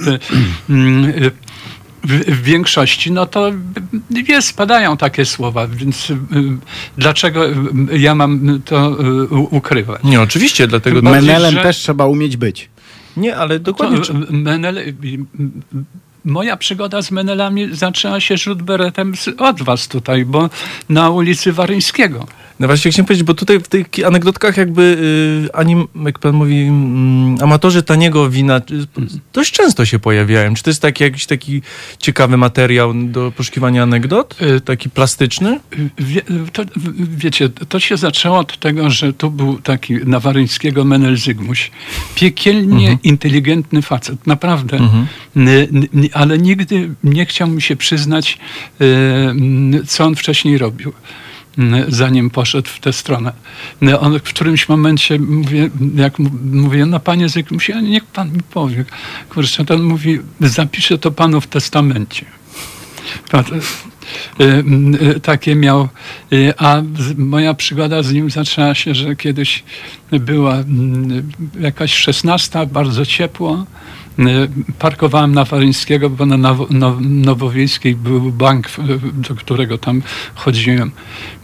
[SPEAKER 6] w większości, no to spadają takie słowa, więc dlaczego ja mam to ukrywać?
[SPEAKER 2] Nie, oczywiście, dlatego...
[SPEAKER 1] Menelem też trzeba umieć być.
[SPEAKER 2] Nie, ale dokładnie...
[SPEAKER 6] Moja przygoda z Menelami zaczęła się rzut-beretem od was tutaj, bo na ulicy Waryńskiego.
[SPEAKER 2] No właśnie chciałem powiedzieć, bo tutaj w tych anegdotkach jakby jak pan mówi, amatorzy taniego wina dość często się pojawiają. Czy to jest jakiś taki ciekawy materiał do poszukiwania anegdot? Taki plastyczny?
[SPEAKER 6] Wiecie, to się zaczęło od tego, że tu był taki na Waryńskiego Menel Zygmuś. Piekielnie inteligentny facet, naprawdę. Ale nigdy nie chciał mi się przyznać, co on wcześniej robił, zanim poszedł w tę stronę. On w którymś momencie mówię, no panie Zygmusie, niech pan mi powie. Kurczę, to on mówi, zapiszę to panu w testamencie. Takie miał, a moja przygoda z nim zaczęła się, że kiedyś była jakaś 16, bardzo ciepło. Parkowałem na Waryńskiego, bo na Nowowiejskiej był bank, do którego tam chodziłem.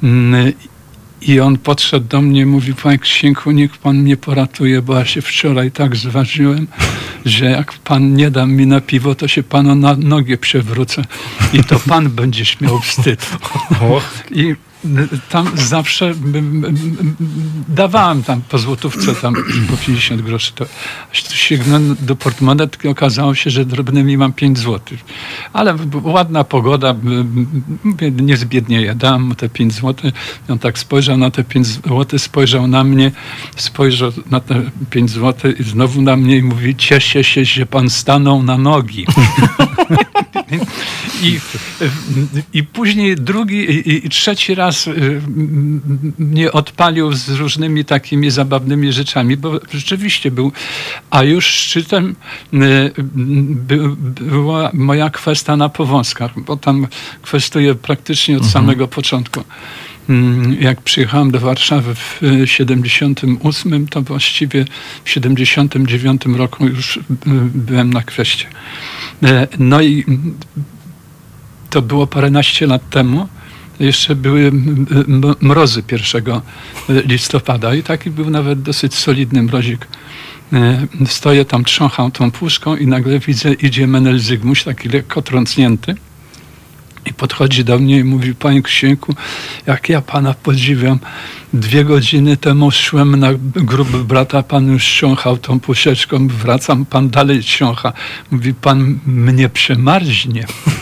[SPEAKER 6] I on podszedł do mnie i mówi, panie Księku, niech pan mnie poratuje, bo ja się wczoraj tak zważyłem, że jak pan nie da mi na piwo, to się panu na nogę przewrócę i to pan będziesz miał wstyd. I tam zawsze dawałem tam po złotówce, tam po 50 groszy. To sięgnąłem do portmonetki, okazało się, że drobnymi mam 5 złotych. Ale ładna pogoda, nie zbiednieję, dałem mu te 5 złotych. On tak spojrzał na te 5 złotych, spojrzał na mnie, spojrzał na te 5 złotych i znowu na mnie i mówi, cieszę się, że pan stanął na nogi. I później drugi i trzeci raz mnie odpalił z różnymi takimi zabawnymi rzeczami, bo rzeczywiście był, a już szczytem była moja kwesta na Powązkach, bo tam kwestuję praktycznie od samego początku. Jak przyjechałem do Warszawy w 78, to właściwie w 79 roku już byłem na kweście. No i to było paręnaście lat temu. Jeszcze były mrozy 1 listopada i taki był nawet dosyć solidny mrozik. Stoję tam, trzącham tą puszką i nagle widzę, idzie Menel Zygmuś, taki lekko trącnięty. I podchodzi do mnie i mówi, panie Księku, jak ja pana podziwiam. 2 godziny temu szłem na grób brata, pan już ściąchał tą puszeczką, wracam, pan dalej ściącha. Mówi, pan mnie przemarznie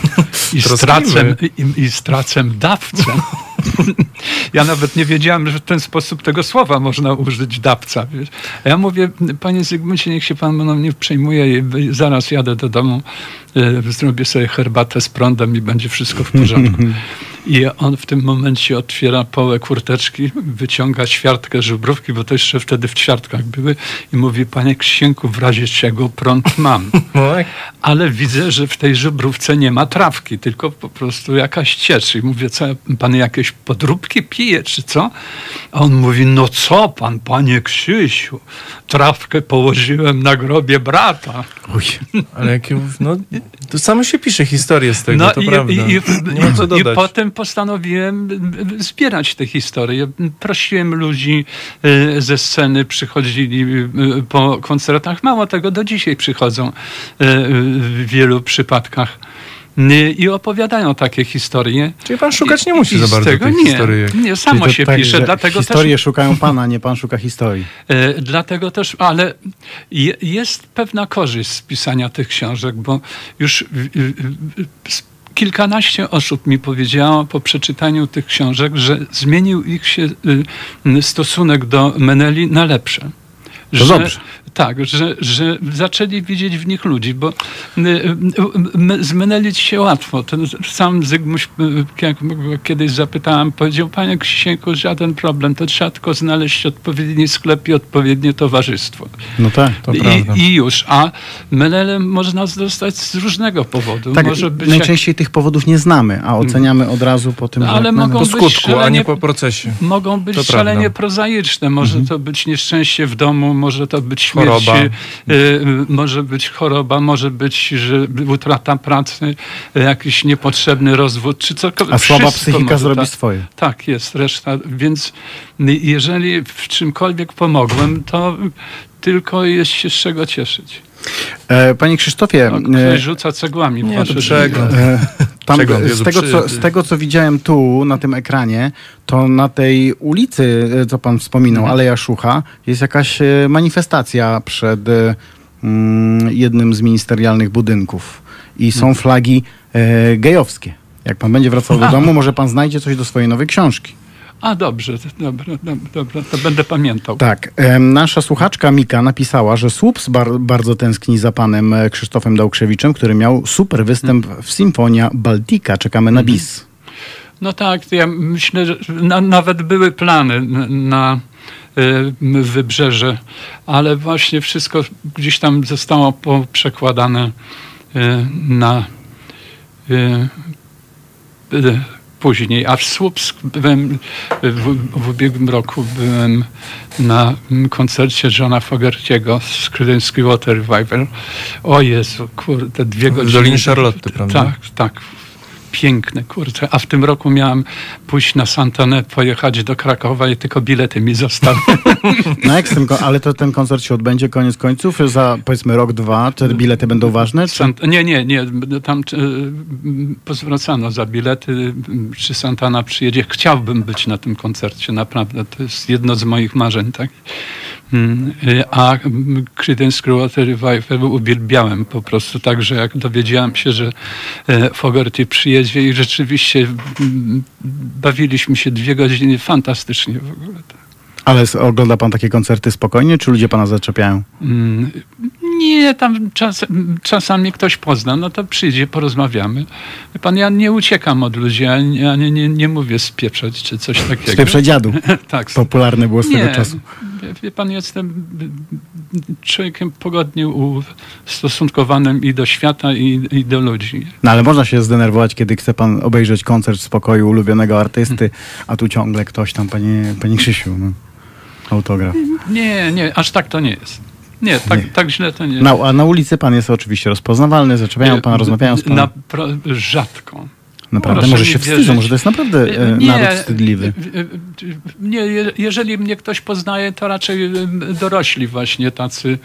[SPEAKER 6] i stracę dawcę. Ja nawet nie wiedziałem, że w ten sposób tego słowa można użyć, dawca. Wiesz. A ja mówię, panie Zygmuncie, niech się pan mną nie przejmuje, zaraz jadę do domu, zrobię sobie herbatę z prądem i będzie wszystko w porządku. I on w tym momencie otwiera połę kurteczki, wyciąga ćwiartkę żubrówki, bo to jeszcze wtedy w ćwiartkach były i mówi, panie Księku, w razie czego prąd mam. Ale widzę, że w tej żubrówce nie ma trawki, tylko po prostu jakaś ciecz. I mówię, co, pan jakieś podróbki pije, czy co? A on mówi, no co pan, panie Krzysiu, trawkę położyłem na grobie brata.
[SPEAKER 2] Uj, ale jakie, no, to samo się pisze historię z tego, no to prawda. Nie ma co dodać.
[SPEAKER 6] I potem postanowiłem zbierać te historie. Prosiłem ludzi ze sceny, przychodzili po koncertach. Mało tego, do dzisiaj przychodzą w wielu przypadkach i opowiadają takie historie.
[SPEAKER 2] Czyli pan szukać nie musi za bardzo tych historii.
[SPEAKER 6] Nie, samo się
[SPEAKER 1] tak,
[SPEAKER 6] pisze. Dlatego
[SPEAKER 1] historie
[SPEAKER 6] też,
[SPEAKER 1] szukają pana, nie pan szuka historii.
[SPEAKER 6] Dlatego też, ale jest pewna korzyść z pisania tych książek, bo już kilkanaście osób mi powiedziało po przeczytaniu tych książek, że zmienił ich się stosunek do Meneli na lepsze.
[SPEAKER 1] To dobrze.
[SPEAKER 6] Tak, że zaczęli widzieć w nich ludzi, bo zmylić się łatwo. Ten sam Zygmuś, jak kiedyś zapytałem, powiedział: panie Krzysienku, żaden problem, to trzeba tylko znaleźć odpowiedni sklep i odpowiednie towarzystwo.
[SPEAKER 1] No tak, to prawda.
[SPEAKER 6] I już. A Menelę można dostać z różnego powodu.
[SPEAKER 1] Tak, może być najczęściej tych powodów nie znamy, a oceniamy od razu po tym,
[SPEAKER 6] ale mogą
[SPEAKER 2] po
[SPEAKER 6] być
[SPEAKER 2] skutku,
[SPEAKER 6] szalenie,
[SPEAKER 2] a nie po procesie.
[SPEAKER 6] Mogą być szalenie prozaiczne. Może to być nieszczęście w domu, może to być śmierć, może być choroba, może być utrata pracy, jakiś niepotrzebny rozwód, czy cokolwiek.
[SPEAKER 1] A słaba psychika zrobi swoje.
[SPEAKER 6] Tak, jest reszta. Więc jeżeli w czymkolwiek pomogłem, to tylko jest się z czego cieszyć.
[SPEAKER 1] Panie Krzysztofie...
[SPEAKER 6] Ktoś rzuca cegłami.
[SPEAKER 2] Nie, to
[SPEAKER 1] z tego, co widziałem tu na tym ekranie, to na tej ulicy, co pan wspominał, Aleja Szucha, jest jakaś manifestacja przed jednym z ministerialnych budynków. I są flagi gejowskie. Jak pan będzie wracał do domu, może pan znajdzie coś do swojej nowej książki.
[SPEAKER 6] A dobrze, to będę pamiętał.
[SPEAKER 1] Tak, nasza słuchaczka Mika napisała, że Słups bardzo tęskni za panem Krzysztofem Dałkrzewiczem, który miał super występ w Sinfonia Baltica. Czekamy na bis.
[SPEAKER 6] No tak, ja myślę, że nawet były plany na Wybrzeże, ale właśnie wszystko gdzieś tam zostało przekładane na później. A w Słupsk byłem w ubiegłym roku na koncercie Johna Fogerty'ego z Creedence Clearwater Revival. O Jezu, kurde, 2 godziny.
[SPEAKER 2] W Dolinie Charlotte, prawda?
[SPEAKER 6] Tak. Piękne, kurczę. A w tym roku miałem pójść na Santanę, pojechać do Krakowa i tylko bilety mi zostały.
[SPEAKER 1] No jak z tym, ale to ten koncert się odbędzie koniec końców? Za powiedzmy rok, 2, te bilety będą ważne? Czy...
[SPEAKER 6] Nie. Tam pozwracano za bilety. Czy Santana przyjedzie? Chciałbym być na tym koncercie, naprawdę. To jest jedno z moich marzeń, tak? A Creedence Clearwater Revival uwielbiałem po prostu, także jak dowiedziałem się, że Fogerty przyjedzie i rzeczywiście bawiliśmy się 2 godziny fantastycznie w ogóle.
[SPEAKER 1] Ale ogląda pan takie koncerty spokojnie, czy ludzie pana zaczepiają?
[SPEAKER 6] Nie, tam czasami ktoś pozna, no to przyjdzie, porozmawiamy. Wie pan, ja nie uciekam od ludzi, ja nie mówię spieprzać czy coś takiego.
[SPEAKER 1] Spieprzać dziadu.
[SPEAKER 6] Tak.
[SPEAKER 1] Popularne było z tego czasu.
[SPEAKER 6] Wie pan, jestem człowiekiem pogodnie ustosunkowanym i do świata, i do ludzi.
[SPEAKER 1] No ale można się zdenerwować, kiedy chce pan obejrzeć koncert w spokoju ulubionego artysty, a tu ciągle ktoś tam, panie Krzysiu, no, autograf.
[SPEAKER 6] Nie, aż tak to nie jest. Nie, tak źle to nie jest.
[SPEAKER 1] No, a na ulicy pan jest oczywiście rozpoznawalny, zaczepiają pana, rozmawiają z panem?
[SPEAKER 6] Rzadko.
[SPEAKER 1] Naprawdę? Może się wstydzą, może to jest naprawdę naród wstydliwy.
[SPEAKER 6] Nie, jeżeli mnie ktoś poznaje, to raczej dorośli właśnie tacy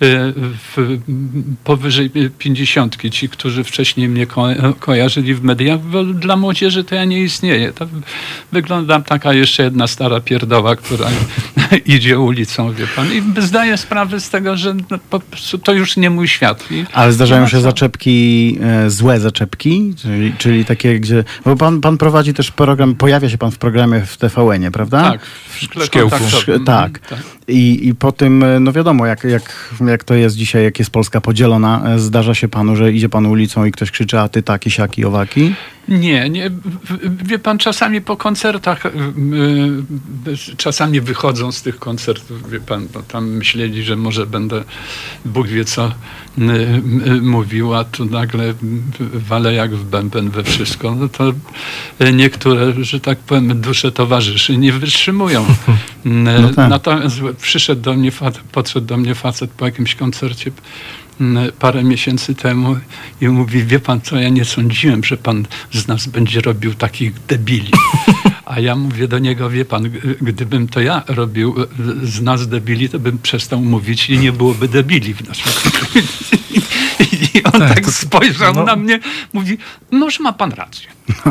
[SPEAKER 6] powyżej 50, ci, którzy wcześniej mnie kojarzyli w mediach, bo dla młodzieży to ja nie istnieję. To wyglądam taka jeszcze jedna stara pierdoła, która idzie ulicą, wie pan. I zdaję sprawę z tego, że po prostu to już nie mój świat.
[SPEAKER 1] Ale zdarzają się zaczepki, złe zaczepki, czyli takie, gdzie... Bo pan prowadzi też program, pojawia się pan w programie w TVN-ie, prawda?
[SPEAKER 6] Tak, w Szkiełku.
[SPEAKER 1] Tak. I po tym, no wiadomo, jak to jest dzisiaj, jak jest Polska podzielona, zdarza się panu, że idzie pan ulicą i ktoś krzyczy, a ty taki, siaki, owaki?
[SPEAKER 6] Nie. Wie pan, czasami po koncertach, czasami wychodzą z tych koncertów, wie pan, bo tam myśleli, że może będę Bóg wie co mówił, a tu nagle walę jak w bęben we wszystko. No to niektóre, że tak powiem, dusze towarzyszy nie wytrzymują. No tak. Natomiast podszedł do mnie facet po jakimś koncercie parę miesięcy temu i mówi, wie pan co, ja nie sądziłem, że pan z nas będzie robił takich debili. A ja mówię do niego, wie pan, gdybym to ja robił z nas debili, to bym przestał mówić i nie byłoby debili w naszym kraju. I on tak spojrzał na mnie, mówi, noż ma pan rację.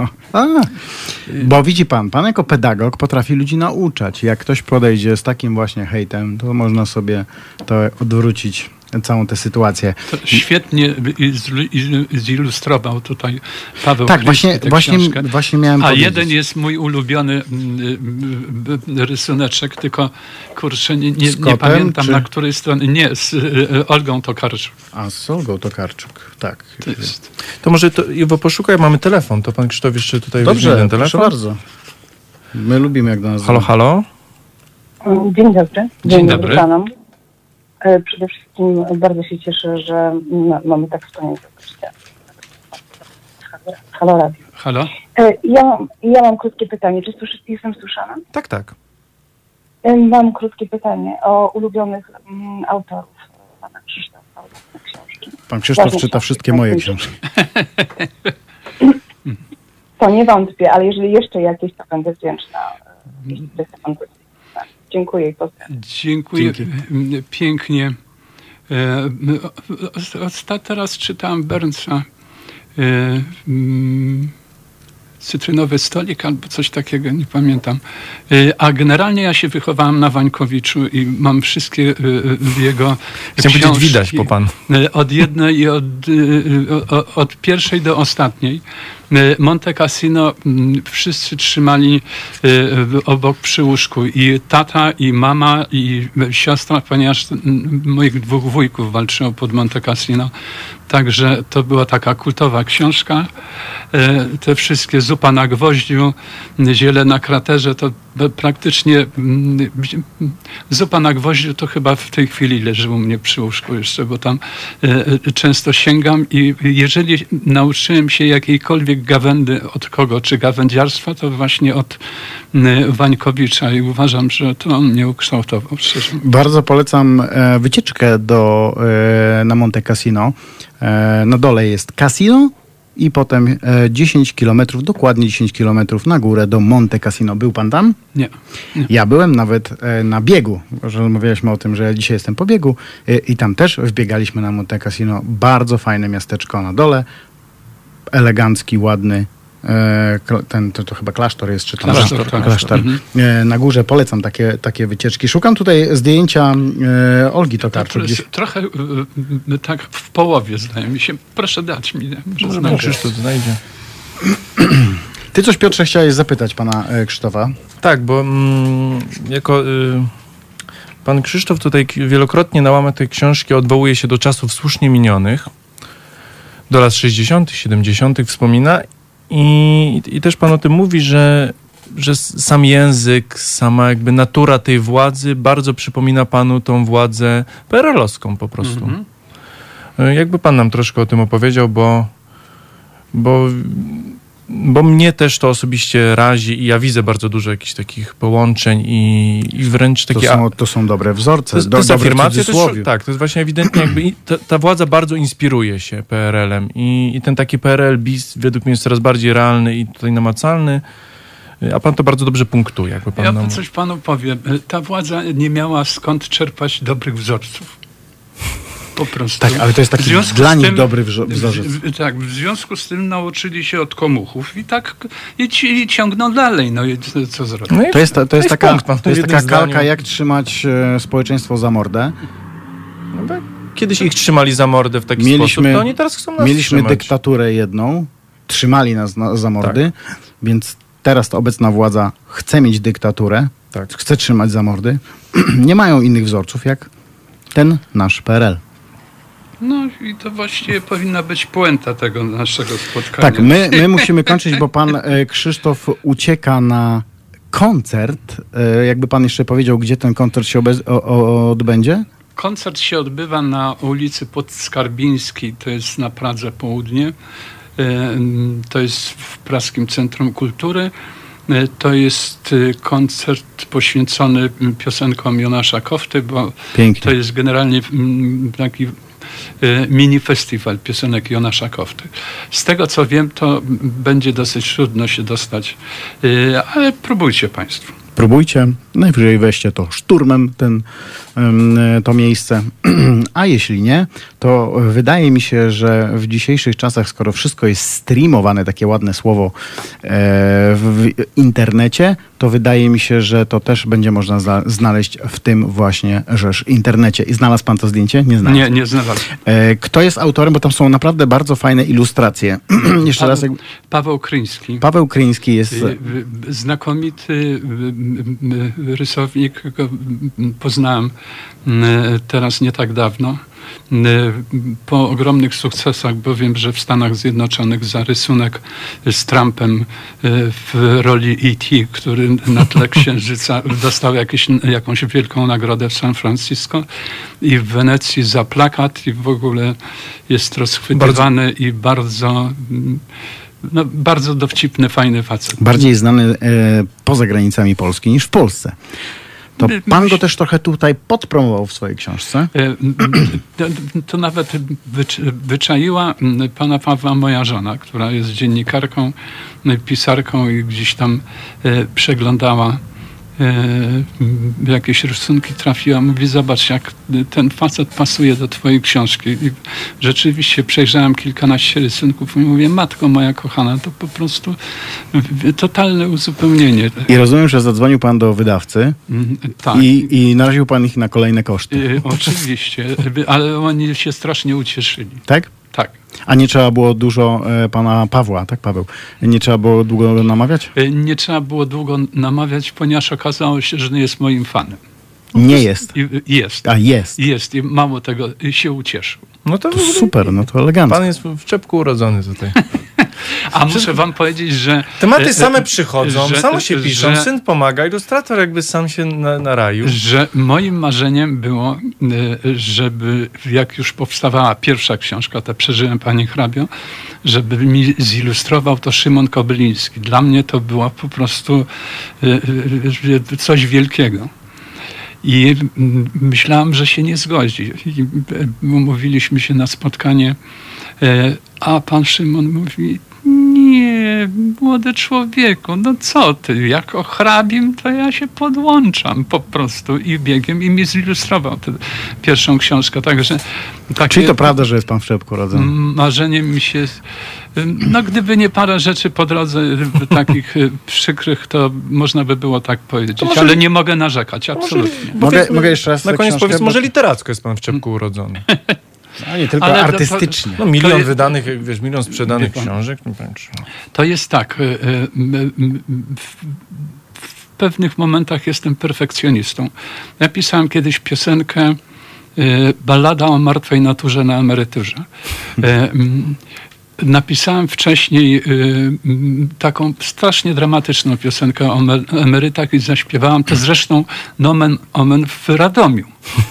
[SPEAKER 1] Bo widzi pan jako pedagog potrafi ludzi nauczać. Jak ktoś podejdzie z takim właśnie hejtem, to można sobie to odwrócić całą tę sytuację.
[SPEAKER 6] To świetnie zilustrował tutaj Paweł
[SPEAKER 1] Tak,
[SPEAKER 6] Kliński
[SPEAKER 1] właśnie miałem powiedzieć.
[SPEAKER 6] Jeden jest mój ulubiony rysuneczek, tylko kurczę, nie pamiętam na której stronie. Nie, z Olgą Tokarczuk.
[SPEAKER 1] A, z Olgą Tokarczuk, tak.
[SPEAKER 2] To może Iwo poszukaj, mamy telefon, to pan Krzysztof jeszcze tutaj
[SPEAKER 1] Dobrze,
[SPEAKER 2] ten telefon.
[SPEAKER 1] proszę bardzo. My lubimy, jak do nas...
[SPEAKER 2] Halo, halo?
[SPEAKER 11] Dzień dobry.
[SPEAKER 6] Dzień dobry.
[SPEAKER 11] Panom. Przede wszystkim bardzo się cieszę, że mamy tak wspaniałe gościa. Halo Radio.
[SPEAKER 6] Halo?
[SPEAKER 11] Ja mam krótkie pytanie. Czy jestem słyszana?
[SPEAKER 2] Tak, tak.
[SPEAKER 11] Mam krótkie pytanie o ulubionych autorów pana Krzysztofa, książki.
[SPEAKER 1] Pan Krzysztof czyta wszystkie moje książki.
[SPEAKER 11] To nie wątpię, ale jeżeli jeszcze jakieś, to będę wdzięczna. Dziękuję i pozdrawiam.
[SPEAKER 6] Dziękuję pięknie. Teraz czytałem Bernsa. Cytrynowy stolik albo coś takiego, nie pamiętam. A generalnie ja się wychowałem na Wańkowiczu i mam wszystkie jego książki.
[SPEAKER 2] Widać po pan.
[SPEAKER 6] Od jednej i od pierwszej do ostatniej. Monte Cassino wszyscy trzymali obok przy łóżku. I tata, i mama, i siostra, ponieważ moich dwóch wujków walczyło pod Monte Cassino. Także to była taka kultowa książka. Te wszystkie Zupa na gwoździu, Ziele na kraterze, to praktycznie Zupa na gwoździu to chyba w tej chwili leży u mnie przy łóżku jeszcze, bo tam często sięgam i jeżeli nauczyłem się jakiejkolwiek gawędy od kogo, czy gawędziarstwa, to właśnie od Wańkowicza i uważam, że to on mnie ukształtował. Szczerze.
[SPEAKER 1] Bardzo polecam wycieczkę na Monte Cassino. Na dole jest kasino i potem 10 kilometrów, dokładnie 10 kilometrów na górę do Monte Cassino. Był pan tam?
[SPEAKER 6] Nie.
[SPEAKER 1] Ja byłem nawet na biegu, że rozmawialiśmy o tym, że ja dzisiaj jestem po biegu i tam też wbiegaliśmy na Monte Cassino. Bardzo fajne miasteczko na dole, elegancki, ładny. To chyba klasztor jest, czy tam klasztor. Na górze polecam takie wycieczki. Szukam tutaj zdjęcia Olgi Tokarczuk.
[SPEAKER 6] Trochę tak w połowie, zdaje mi się. Proszę dać mi.
[SPEAKER 2] Może Krzysztof znajdzie.
[SPEAKER 1] Ty coś, Piotrze, chciałeś zapytać pana Krzysztofa?
[SPEAKER 2] Tak, bo pan Krzysztof tutaj wielokrotnie na łamach tej książki odwołuje się do czasów słusznie minionych. Do lat 60., 70. wspomina. I też pan o tym mówi, że sam język, sama jakby natura tej władzy bardzo przypomina panu tą władzę PRL-owską po prostu. Jakby pan nam troszkę o tym opowiedział, bo mnie też to osobiście razi i ja widzę bardzo dużo jakichś takich połączeń i wręcz takie...
[SPEAKER 1] To są dobre wzorce,
[SPEAKER 2] to jest afirmacja, tak, to jest właśnie ewidentnie jakby ta władza bardzo inspiruje się PRL-em i ten taki PRL bis według mnie jest coraz bardziej realny i tutaj namacalny, a pan to bardzo dobrze punktuje. Jakby pan
[SPEAKER 6] coś panu powiem. Ta władza nie miała skąd czerpać dobrych wzorców. Po prostu.
[SPEAKER 1] Tak, ale to jest taki dla nich dobry wzorzec.
[SPEAKER 6] Tak, w związku z tym nauczyli się od komuchów i tak i ciągną dalej. No i co zrobić?
[SPEAKER 1] No to jest taka kalka, jak trzymać społeczeństwo za mordę.
[SPEAKER 2] No tak. Kiedyś ich trzymali za mordę w taki sposób, to oni teraz chcą nas
[SPEAKER 1] Mieliśmy
[SPEAKER 2] trzymać.
[SPEAKER 1] dyktaturę jedną, trzymali nas za mordy, więc teraz ta obecna władza chce mieć dyktaturę, chce trzymać za mordy. Nie mają innych wzorców jak ten nasz PRL.
[SPEAKER 6] No i to właściwie powinna być puenta tego naszego spotkania.
[SPEAKER 1] Tak, my musimy kończyć, bo pan Krzysztof ucieka na koncert. Jakby pan jeszcze powiedział, gdzie ten koncert się odbędzie?
[SPEAKER 6] Koncert się odbywa na ulicy Podskarbińskiej, to jest na Pradze Południe. To jest w Praskim Centrum Kultury. To jest koncert poświęcony piosenkom Jonasza Kofty, bo
[SPEAKER 1] Pięknie.
[SPEAKER 6] To jest generalnie taki mini festiwal piosenek Jonasza Kofty. Z tego co wiem, to będzie dosyć trudno się dostać, ale próbujcie państwo.
[SPEAKER 1] Próbujcie, najwyżej weźcie to szturmem, to miejsce. A jeśli nie, to wydaje mi się, że w dzisiejszych czasach, skoro wszystko jest streamowane, takie ładne słowo, w internecie, to wydaje mi się, że to też będzie można znaleźć w tym właśnie internecie. I znalazł pan to zdjęcie? Nie znalazł.
[SPEAKER 6] Nie znalazłem.
[SPEAKER 1] Kto jest autorem? Bo tam są naprawdę bardzo fajne ilustracje. Jeszcze raz.
[SPEAKER 6] Paweł Kryński.
[SPEAKER 1] Paweł Kryński jest...
[SPEAKER 6] Znakomity rysownik. Poznałem teraz nie tak dawno. Po ogromnych sukcesach, bo wiem, że w Stanach Zjednoczonych za rysunek z Trumpem w roli E.T., który na tle Księżyca dostał jakąś wielką nagrodę w San Francisco i w Wenecji za plakat i w ogóle jest rozchwytywany i bardzo dowcipny, fajny facet.
[SPEAKER 1] Bardziej znany poza granicami Polski niż w Polsce. To pan go też trochę tutaj podpromował w swojej książce?
[SPEAKER 6] To nawet wyczaiła pana Pawła moja żona, która jest dziennikarką, pisarką i gdzieś tam przeglądała jakieś rysunki, trafiła, mówi, zobacz, jak ten facet pasuje do twojej książki. I rzeczywiście przejrzałem kilkanaście rysunków i mówię, matko moja kochana, to po prostu totalne uzupełnienie.
[SPEAKER 1] I rozumiem, że zadzwonił pan do wydawcy
[SPEAKER 6] tak.
[SPEAKER 1] I naraził pan ich na kolejne koszty.
[SPEAKER 6] Oczywiście, ale oni się strasznie ucieszyli.
[SPEAKER 1] Tak?
[SPEAKER 6] Tak.
[SPEAKER 1] A nie trzeba było dużo pana Pawła, tak Paweł? Nie trzeba było długo go namawiać?
[SPEAKER 6] Nie trzeba było długo namawiać, ponieważ okazało się, że nie jest moim fanem.
[SPEAKER 1] Nie jest.
[SPEAKER 6] Jest.
[SPEAKER 1] A jest.
[SPEAKER 6] Jest i mało tego się ucieszył.
[SPEAKER 2] No to
[SPEAKER 1] super, no to elegancko.
[SPEAKER 2] Pan jest w czepku urodzony tutaj.
[SPEAKER 6] A muszę wam powiedzieć, że...
[SPEAKER 2] Tematy same przychodzą, samo się piszą, syn pomaga, ilustrator jakby sam się naraił.
[SPEAKER 6] Że moim marzeniem było, żeby jak już powstawała pierwsza książka, ta Przeżyłem Panie Hrabio, żeby mi zilustrował to Szymon Kobyliński. Dla mnie to było po prostu coś wielkiego. I myślałem, że się nie zgodzi. I umówiliśmy się na spotkanie, a pan Szymon mówi, nie, młody człowieku, no co ty, jak o hrabim, to ja się podłączam po prostu i biegiem i mi zilustrował tę pierwszą książkę. Także
[SPEAKER 1] czyli to prawda, że jest pan w czepku urodzony?
[SPEAKER 6] Marzenie mi się... No gdyby nie parę rzeczy po drodze takich przykrych, to można by było tak powiedzieć, ale nie mogę narzekać, absolutnie.
[SPEAKER 1] Mogę jeszcze raz
[SPEAKER 2] na koniec powiedz, może literacko jest pan w czepku urodzony.
[SPEAKER 1] A nie tylko artystycznie.
[SPEAKER 2] No milion wydanych, wiesz, milion sprzedanych książek.
[SPEAKER 6] To jest tak. W pewnych momentach jestem perfekcjonistą. Ja pisałem kiedyś piosenkę Ballada o martwej naturze na emeryturze. Napisałem wcześniej taką strasznie dramatyczną piosenkę o emerytach i zaśpiewałam to zresztą nomen omen w Radomiu.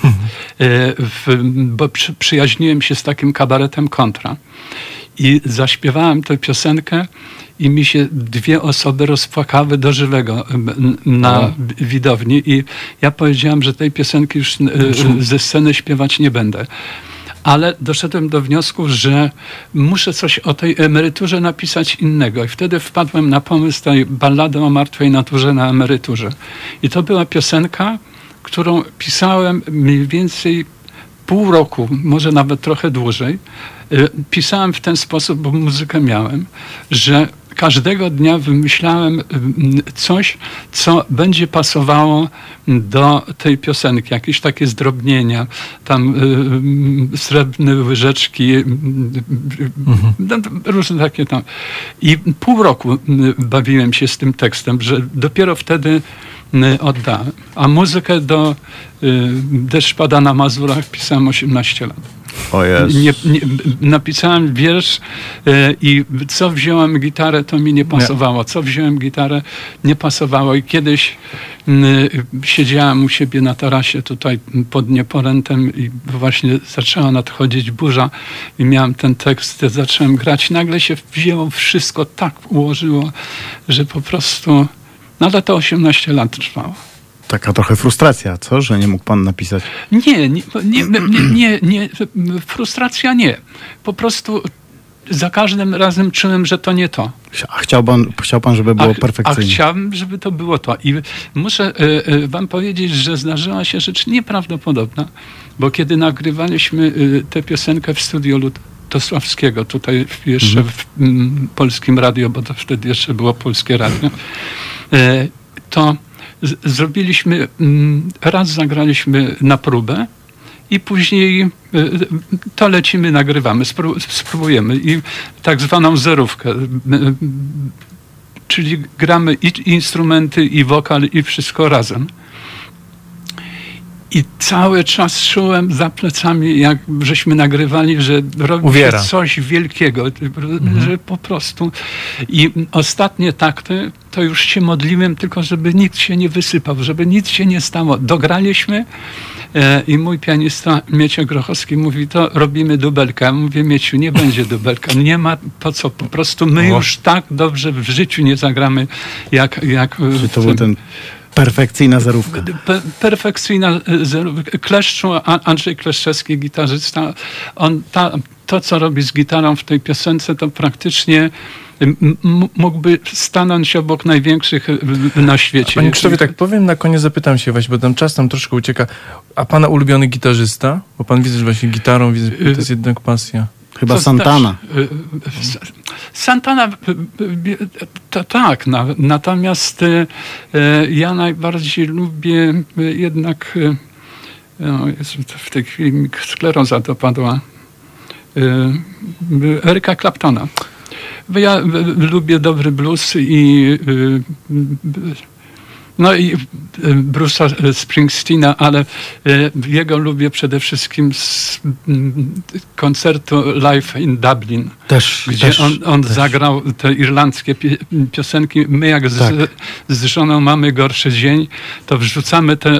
[SPEAKER 6] Bo przyjaźniłem się z takim kabaretem Kontra. I zaśpiewałem tę piosenkę i mi się dwie osoby rozpłakały do żywego na widowni. I ja powiedziałem, że tej piosenki już ze sceny śpiewać nie będę. Ale doszedłem do wniosku, że muszę coś o tej emeryturze napisać innego. I wtedy wpadłem na pomysł tej ballady o martwej naturze na emeryturze. I to była piosenka, którą pisałem mniej więcej pół roku, może nawet trochę dłużej. Pisałem w ten sposób, bo muzykę miałem, że każdego dnia wymyślałem coś, co będzie pasowało do tej piosenki. Jakieś takie zdrobnienia, tam srebrne łyżeczki, różne takie tam. I pół roku bawiłem się z tym tekstem, że dopiero wtedy oddałem. A muzykę do Deszcz pada na Mazurach pisałem 18 lat. Napisałem wiersz i co wziąłem gitarę, to mi nie pasowało. Co wziąłem gitarę, nie pasowało. I kiedyś siedziałem u siebie na tarasie tutaj pod Nieporętem i właśnie zaczęła nadchodzić burza i miałem ten tekst, zacząłem grać. Nagle się wzięło wszystko, tak ułożyło, że po prostu... No ale to 18 lat trwało.
[SPEAKER 1] Taka trochę frustracja, co? Że nie mógł pan napisać?
[SPEAKER 6] Nie, frustracja nie. Po prostu za każdym razem czułem, że to nie to.
[SPEAKER 1] A chciał pan, żeby było perfekcyjnie?
[SPEAKER 6] A chciałem, żeby to było to. I muszę wam powiedzieć, że zdarzyła się rzecz nieprawdopodobna, bo kiedy nagrywaliśmy tę piosenkę w studiu Lutosławskiego, tutaj jeszcze w Polskim Radio, bo to wtedy jeszcze było Polskie Radio, to zrobiliśmy, raz zagraliśmy na próbę i później to lecimy, nagrywamy, spróbujemy i tak zwaną zerówkę, czyli gramy i instrumenty, i wokal, i wszystko razem. I cały czas czułem za plecami, jak żeśmy nagrywali, że robi się coś wielkiego, że po prostu. I ostatnie takty to już się modliłem, tylko żeby nikt się nie wysypał, żeby nic się nie stało. Dograliśmy i mój pianista Mieciek Grochowski mówi, to robimy dubelkę. Ja mówię, Mieciu, nie będzie dubelka, nie ma po co, po prostu my już tak dobrze w życiu nie zagramy, jak
[SPEAKER 1] Czy to był ten perfekcyjna zerówka.
[SPEAKER 6] Perfekcyjna zerówka. Kleszczu, Andrzej Kleszczewski, gitarzysta, on to, co robi z gitarą w tej piosence, to praktycznie mógłby stanąć obok największych na świecie.
[SPEAKER 2] Panie Krzysztofie, tak powiem, na koniec zapytam się właśnie, bo tam czas nam troszkę ucieka. A pana ulubiony gitarzysta? Bo pan widzę, że właśnie gitarą, widzę, to jest jednak pasja.
[SPEAKER 1] Chyba Santana.
[SPEAKER 6] Santana, to tak, natomiast ja najbardziej lubię jednak, w tej chwili mi skleroza dopadła, Eryka Claptona. Ja lubię dobry blues i Bruce'a Springsteena, ale jego lubię przede wszystkim z koncertu Live in Dublin, gdzie on zagrał te irlandzkie piosenki. My jak z żoną mamy gorszy dzień, to wrzucamy te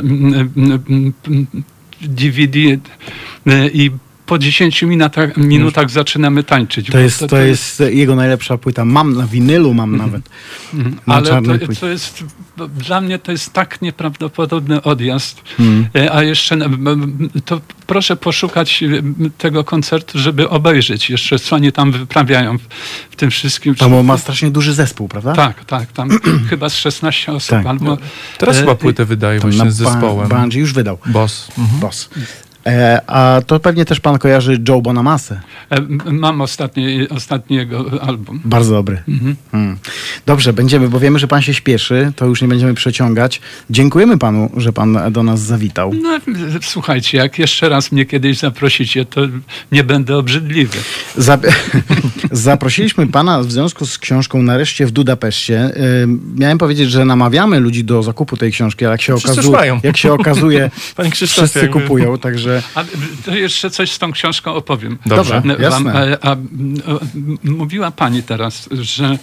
[SPEAKER 6] DVD i po 10 minutach zaczynamy tańczyć.
[SPEAKER 1] To jest jego najlepsza płyta. Mam na winylu, nawet.
[SPEAKER 6] Ale to jest, dla mnie to jest tak nieprawdopodobny odjazd. A jeszcze, to proszę poszukać tego koncertu, żeby obejrzeć jeszcze, co oni tam wyprawiają w tym wszystkim.
[SPEAKER 1] Tam ma strasznie duży zespół, prawda?
[SPEAKER 6] Tak. Tam chyba z 16 osób.
[SPEAKER 1] Tak.
[SPEAKER 6] Albo,
[SPEAKER 2] teraz chyba płytę wydaje właśnie z zespołem.
[SPEAKER 1] Bungie już wydał.
[SPEAKER 2] Boss.
[SPEAKER 1] Boss. A to pewnie też pan kojarzy Joe Bonamassę.
[SPEAKER 6] Mam ostatni jego album.
[SPEAKER 1] Bardzo dobry. Dobrze, bo wiemy, że pan się śpieszy, to już nie będziemy przeciągać. Dziękujemy panu, że pan do nas zawitał.
[SPEAKER 6] No, słuchajcie, jak jeszcze raz mnie kiedyś zaprosicie, to nie będę obrzydliwy.
[SPEAKER 1] Zaprosiliśmy pana w związku z książką Nareszcie w Budapeszcie. Miałem powiedzieć, że namawiamy ludzi do zakupu tej książki, ale jak się okazuje, wszyscy kupują, także...
[SPEAKER 6] A to jeszcze coś z tą książką opowiem.
[SPEAKER 1] Dobrze, jasne.
[SPEAKER 6] Mówiła pani teraz, że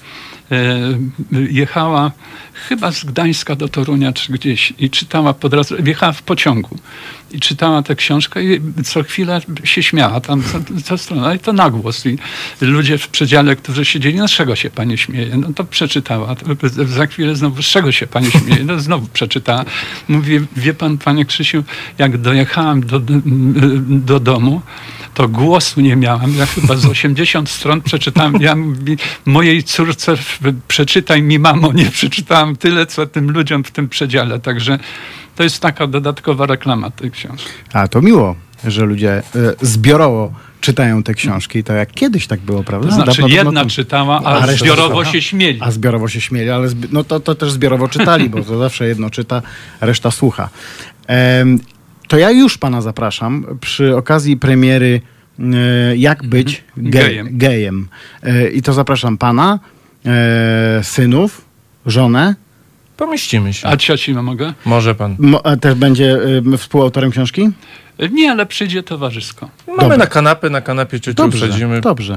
[SPEAKER 6] jechała chyba z Gdańska do Torunia czy gdzieś i czytała po drodze, jechała w pociągu i czytała tę książkę i co chwilę się śmiała tam co stronę, i to na głos. I ludzie w przedziale, którzy siedzieli, no z czego się pani śmieje? No to przeczytała. Za chwilę znowu, z czego się pani śmieje? No znowu przeczytała. Mówię, wie pan, panie Krzysiu, jak dojechałam do domu, to głosu nie miałam. Ja chyba z 80 stron przeczytałam. Ja mojej córce przeczytaj mi, mamo, nie przeczytałam tyle, co tym ludziom w tym przedziale. Także to jest taka dodatkowa reklama tej książki.
[SPEAKER 1] A to miło, że ludzie zbiorowo czytają te książki. To jak kiedyś tak było, prawda?
[SPEAKER 6] To znaczy jedna czytała, a zbiorowo się śmieli.
[SPEAKER 1] A zbiorowo się śmieli, ale to też zbiorowo czytali, bo to zawsze jedno czyta, reszta słucha. To ja już pana zapraszam przy okazji premiery Jak być gejem. I to zapraszam pana, synów, żonę.
[SPEAKER 2] Pomieścimy się.
[SPEAKER 6] A cioci mogę?
[SPEAKER 2] Może pan.
[SPEAKER 1] Też będzie współautorem książki?
[SPEAKER 6] Nie, ale przyjdzie towarzysko.
[SPEAKER 2] Mamy na kanapie ciociu siedzimy.
[SPEAKER 1] Dobrze.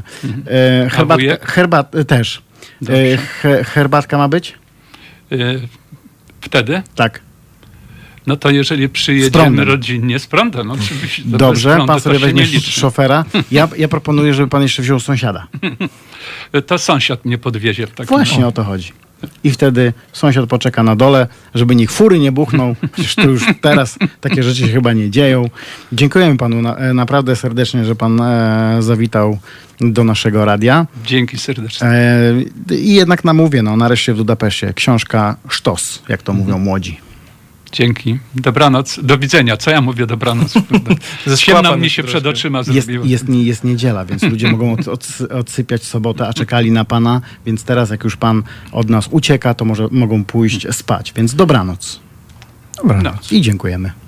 [SPEAKER 1] Też. Herbatka ma być?
[SPEAKER 6] Wtedy?
[SPEAKER 1] Tak.
[SPEAKER 6] No to jeżeli przyjedziemy rodzinnie z prądem, oczywiście.
[SPEAKER 1] Dobrze, pan sobie weźmie szofera. Ja proponuję, żeby pan jeszcze wziął sąsiada.
[SPEAKER 6] To sąsiad mnie podwiezie w takim
[SPEAKER 1] Właśnie o to chodzi. I wtedy sąsiad poczeka na dole, żeby nikt fury nie buchnął. Przecież to już teraz takie rzeczy się chyba nie dzieją. Dziękujemy panu naprawdę serdecznie, że pan zawitał do naszego radia.
[SPEAKER 6] Dzięki serdecznie.
[SPEAKER 1] I jednak namówię, nareszcie w Budapeszcie. Książka sztos, jak to mówią młodzi.
[SPEAKER 6] Dzięki. Dobranoc. Do widzenia. Co ja mówię dobranoc? Ciemno mi się przed oczyma zrobiło.
[SPEAKER 1] Jest niedziela, więc ludzie mogą odsypiać sobotę, a czekali na pana, więc teraz jak już pan od nas ucieka, to może mogą pójść spać. Więc dobranoc.
[SPEAKER 2] Dobranoc.
[SPEAKER 1] I dziękujemy.